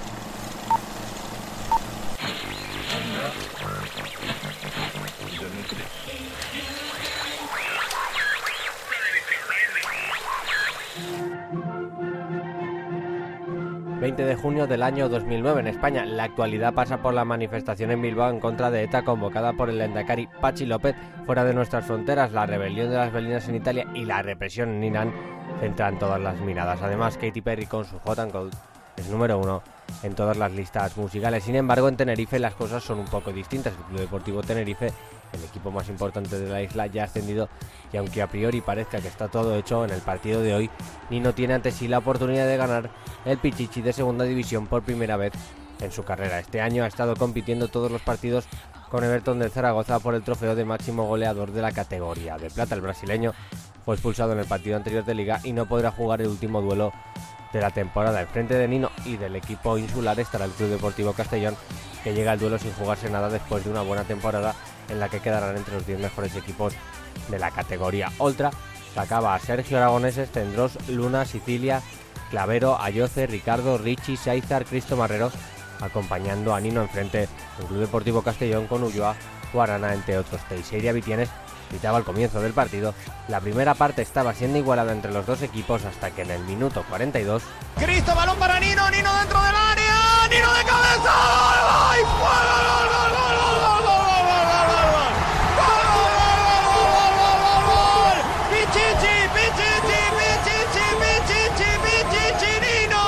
...20 de junio del año 2009 en España. La actualidad pasa por la manifestación en Bilbao en contra de ETA convocada por el lehendakari Patxi López fuera de nuestras fronteras. La rebelión de las Belinas en Italia y la represión en Irán centran todas las miradas. Además, Katy Perry con su Hot and Cold es número 1 en todas las listas musicales. Sin embargo, en Tenerife las cosas son un poco distintas. El Club Deportivo Tenerife, el equipo más importante de la isla, ya ha ascendido, y aunque a priori parezca que está todo hecho, en el partido de hoy Nino tiene ante sí la oportunidad de ganar el Pichichi de segunda división por primera vez en su carrera. Este año ha estado compitiendo todos los partidos con Everton del Zaragoza por el trofeo de máximo goleador de la categoría de plata. El brasileño fue expulsado en el partido anterior de Liga y no podrá jugar el último duelo de la temporada. Al frente de Nino y del equipo insular estará el Club Deportivo Castellón, que llega al duelo sin jugarse nada después de una buena temporada en la que quedarán entre los 10 mejores equipos de la categoría. Oltra sacaba a Sergio Aragoneses, Tendrós, Luna, Sicilia, Clavero, Ayoce, Ricardo, Richie, Saizar, Cristo Marrero, acompañando a Nino enfrente del Club Deportivo Castellón con Ulloa, Guarana, entre otros. Teixeira Vitienes gritaba al comienzo del partido. La primera parte estaba siendo igualada entre los dos equipos hasta que en el minuto 42... Cristo, balón para Nino, Nino dentro del área, Nino de cabeza, ¡ay, fuera! ¡Gol, gol, gol, gol, gol, gol, gol! ¡Pichichi, Pichichi, Pichichi, Pichichi, Pichichi, Nino!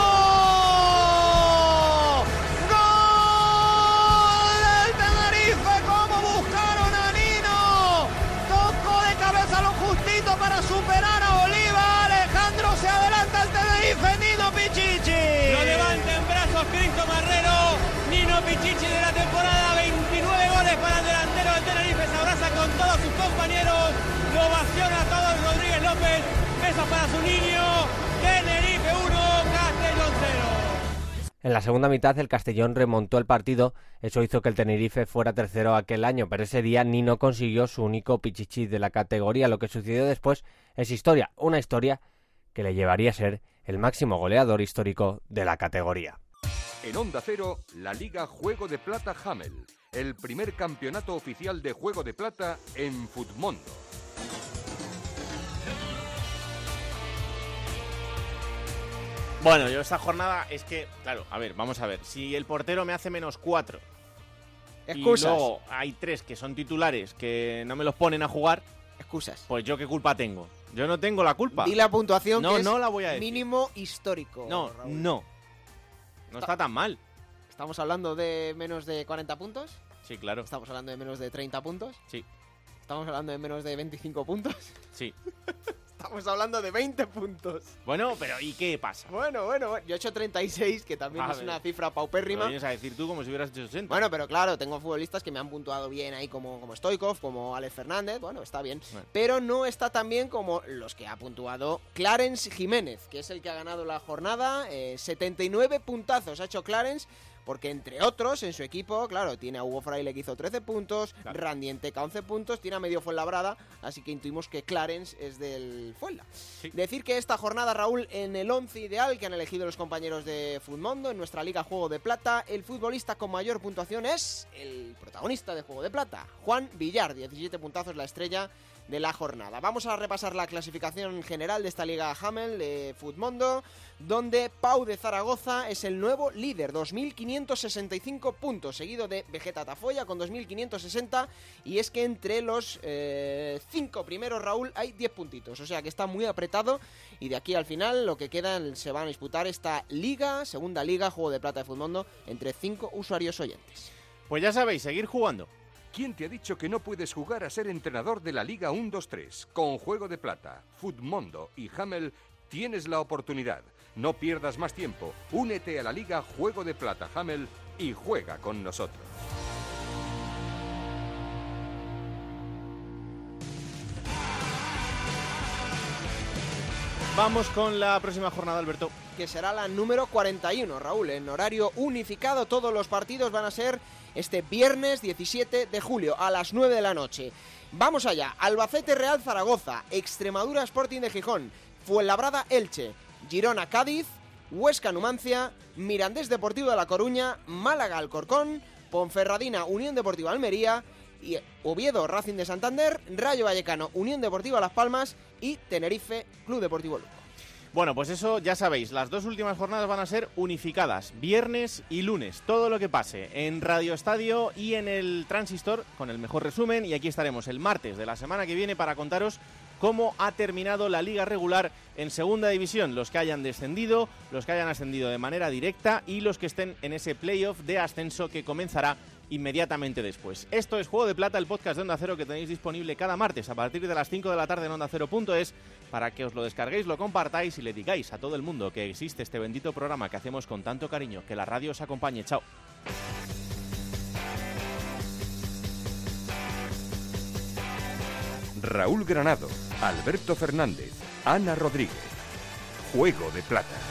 ¡Gol del Tenerife! ¡Cómo buscaron a Nino! Tocó de cabeza lo justito para superar a Oliva. Alejandro se adelanta al Tenerife, Nino Pichichi. Lo levanta en brazos Cristo Marrero, Nino Pichichi de la temporada, 29 goles para el delantero del Tenerife, se abraza con todos sus compañeros, lo ovaciona a todos Rodríguez López, besos para su niño, Tenerife 1, Castellón 0. En la segunda mitad el Castellón remontó el partido, eso hizo que el Tenerife fuera tercero aquel año, pero ese día Nino consiguió su único Pichichi de la categoría. Lo que sucedió después es historia, una historia que le llevaría a ser el máximo goleador histórico de la categoría. En Onda Cero, la Liga Juego de Plata Hamel, el primer campeonato oficial de Juego de Plata en Futmundo. Bueno, yo esta jornada es que, claro, a ver, vamos a ver. Si el portero me hace -4 excusas, y luego hay 3 que son titulares que no me los ponen a jugar, excusas, pues yo qué culpa tengo. Yo no tengo la culpa. Y la puntuación no, que no es la voy a decir. Mínimo histórico. No, Raúl. no está tan mal. ¿Estamos hablando de menos de 40 puntos? Sí, claro. ¿Estamos hablando de menos de 30 puntos? Sí. ¿Estamos hablando de menos de 25 puntos? Sí. Estamos hablando de 20 puntos. Bueno, pero ¿y qué pasa? Bueno. Yo he hecho 36, que también es una cifra paupérrima. Lo vienes a decir tú como si hubieras hecho 60. Bueno, pero claro, tengo futbolistas que me han puntuado bien ahí como Stoichkov, como Alex Fernández. Bueno, está bien. Bueno. Pero no está tan bien como los que ha puntuado Clarence Jiménez, que es el que ha ganado la jornada. 79 puntazos ha hecho Clarence. Porque entre otros, en su equipo, claro, tiene a Hugo Fraile que hizo 13 puntos, claro. Randy Enteca 11 puntos, tiene a medio Fuenlabrada, así que intuimos que Clarence es del Fuenla. Sí. Decir que esta jornada, Raúl, en el 11 ideal que han elegido los compañeros de Futmundo, en nuestra Liga Juego de Plata, el futbolista con mayor puntuación es el protagonista de Juego de Plata, Juan Villar, 17 puntazos la estrella de la jornada. Vamos a repasar la clasificación general de esta Liga Hamel de Futmundo, donde Pau de Zaragoza es el nuevo líder, 2.565 puntos, seguido de Vegeta Tafoya con 2.560, y es que entre los 5 primeros, Raúl, hay 10 puntitos, o sea que está muy apretado, y de aquí al final lo que quedan se van a disputar esta liga, segunda liga, Juego de Plata de Futmundo, entre 5 usuarios oyentes. Pues ya sabéis, seguir jugando. ¿Quién te ha dicho que no puedes jugar a ser entrenador de la Liga 1-2-3? Con Juego de Plata, Futmundo y Hamel tienes la oportunidad. No pierdas más tiempo. Únete a la Liga Juego de Plata Hamel y juega con nosotros. Vamos con la próxima jornada, Alberto. Que será la número 41, Raúl, en horario unificado. Todos los partidos van a ser este viernes 17 de julio a las 9 de la noche. Vamos allá. Albacete Real Zaragoza, Extremadura Sporting de Gijón, Fuenlabrada Elche, Girona Cádiz, Huesca Numancia, Mirandés Deportivo de La Coruña, Málaga Alcorcón, Ponferradina Unión Deportiva Almería, y Oviedo Racing de Santander, Rayo Vallecano Unión Deportiva Las Palmas y Tenerife Club Deportivo Lugo. Bueno, pues eso ya sabéis, las 2 últimas jornadas van a ser unificadas, viernes y lunes, todo lo que pase en Radio Estadio y en el Transistor con el mejor resumen, y aquí estaremos el martes de la semana que viene para contaros cómo ha terminado la liga regular en segunda división, los que hayan descendido, los que hayan ascendido de manera directa y los que estén en ese playoff de ascenso que comenzará inmediatamente después. Esto es Juego de Plata, el podcast de Onda Cero que tenéis disponible cada martes a partir de las 5 de la tarde en OndaCero.es para que os lo descarguéis, lo compartáis y le digáis a todo el mundo que existe este bendito programa que hacemos con tanto cariño. Que la radio os acompañe. Chao. Raúl Granado, Alberto Fernández, Ana Rodríguez. Juego de Plata.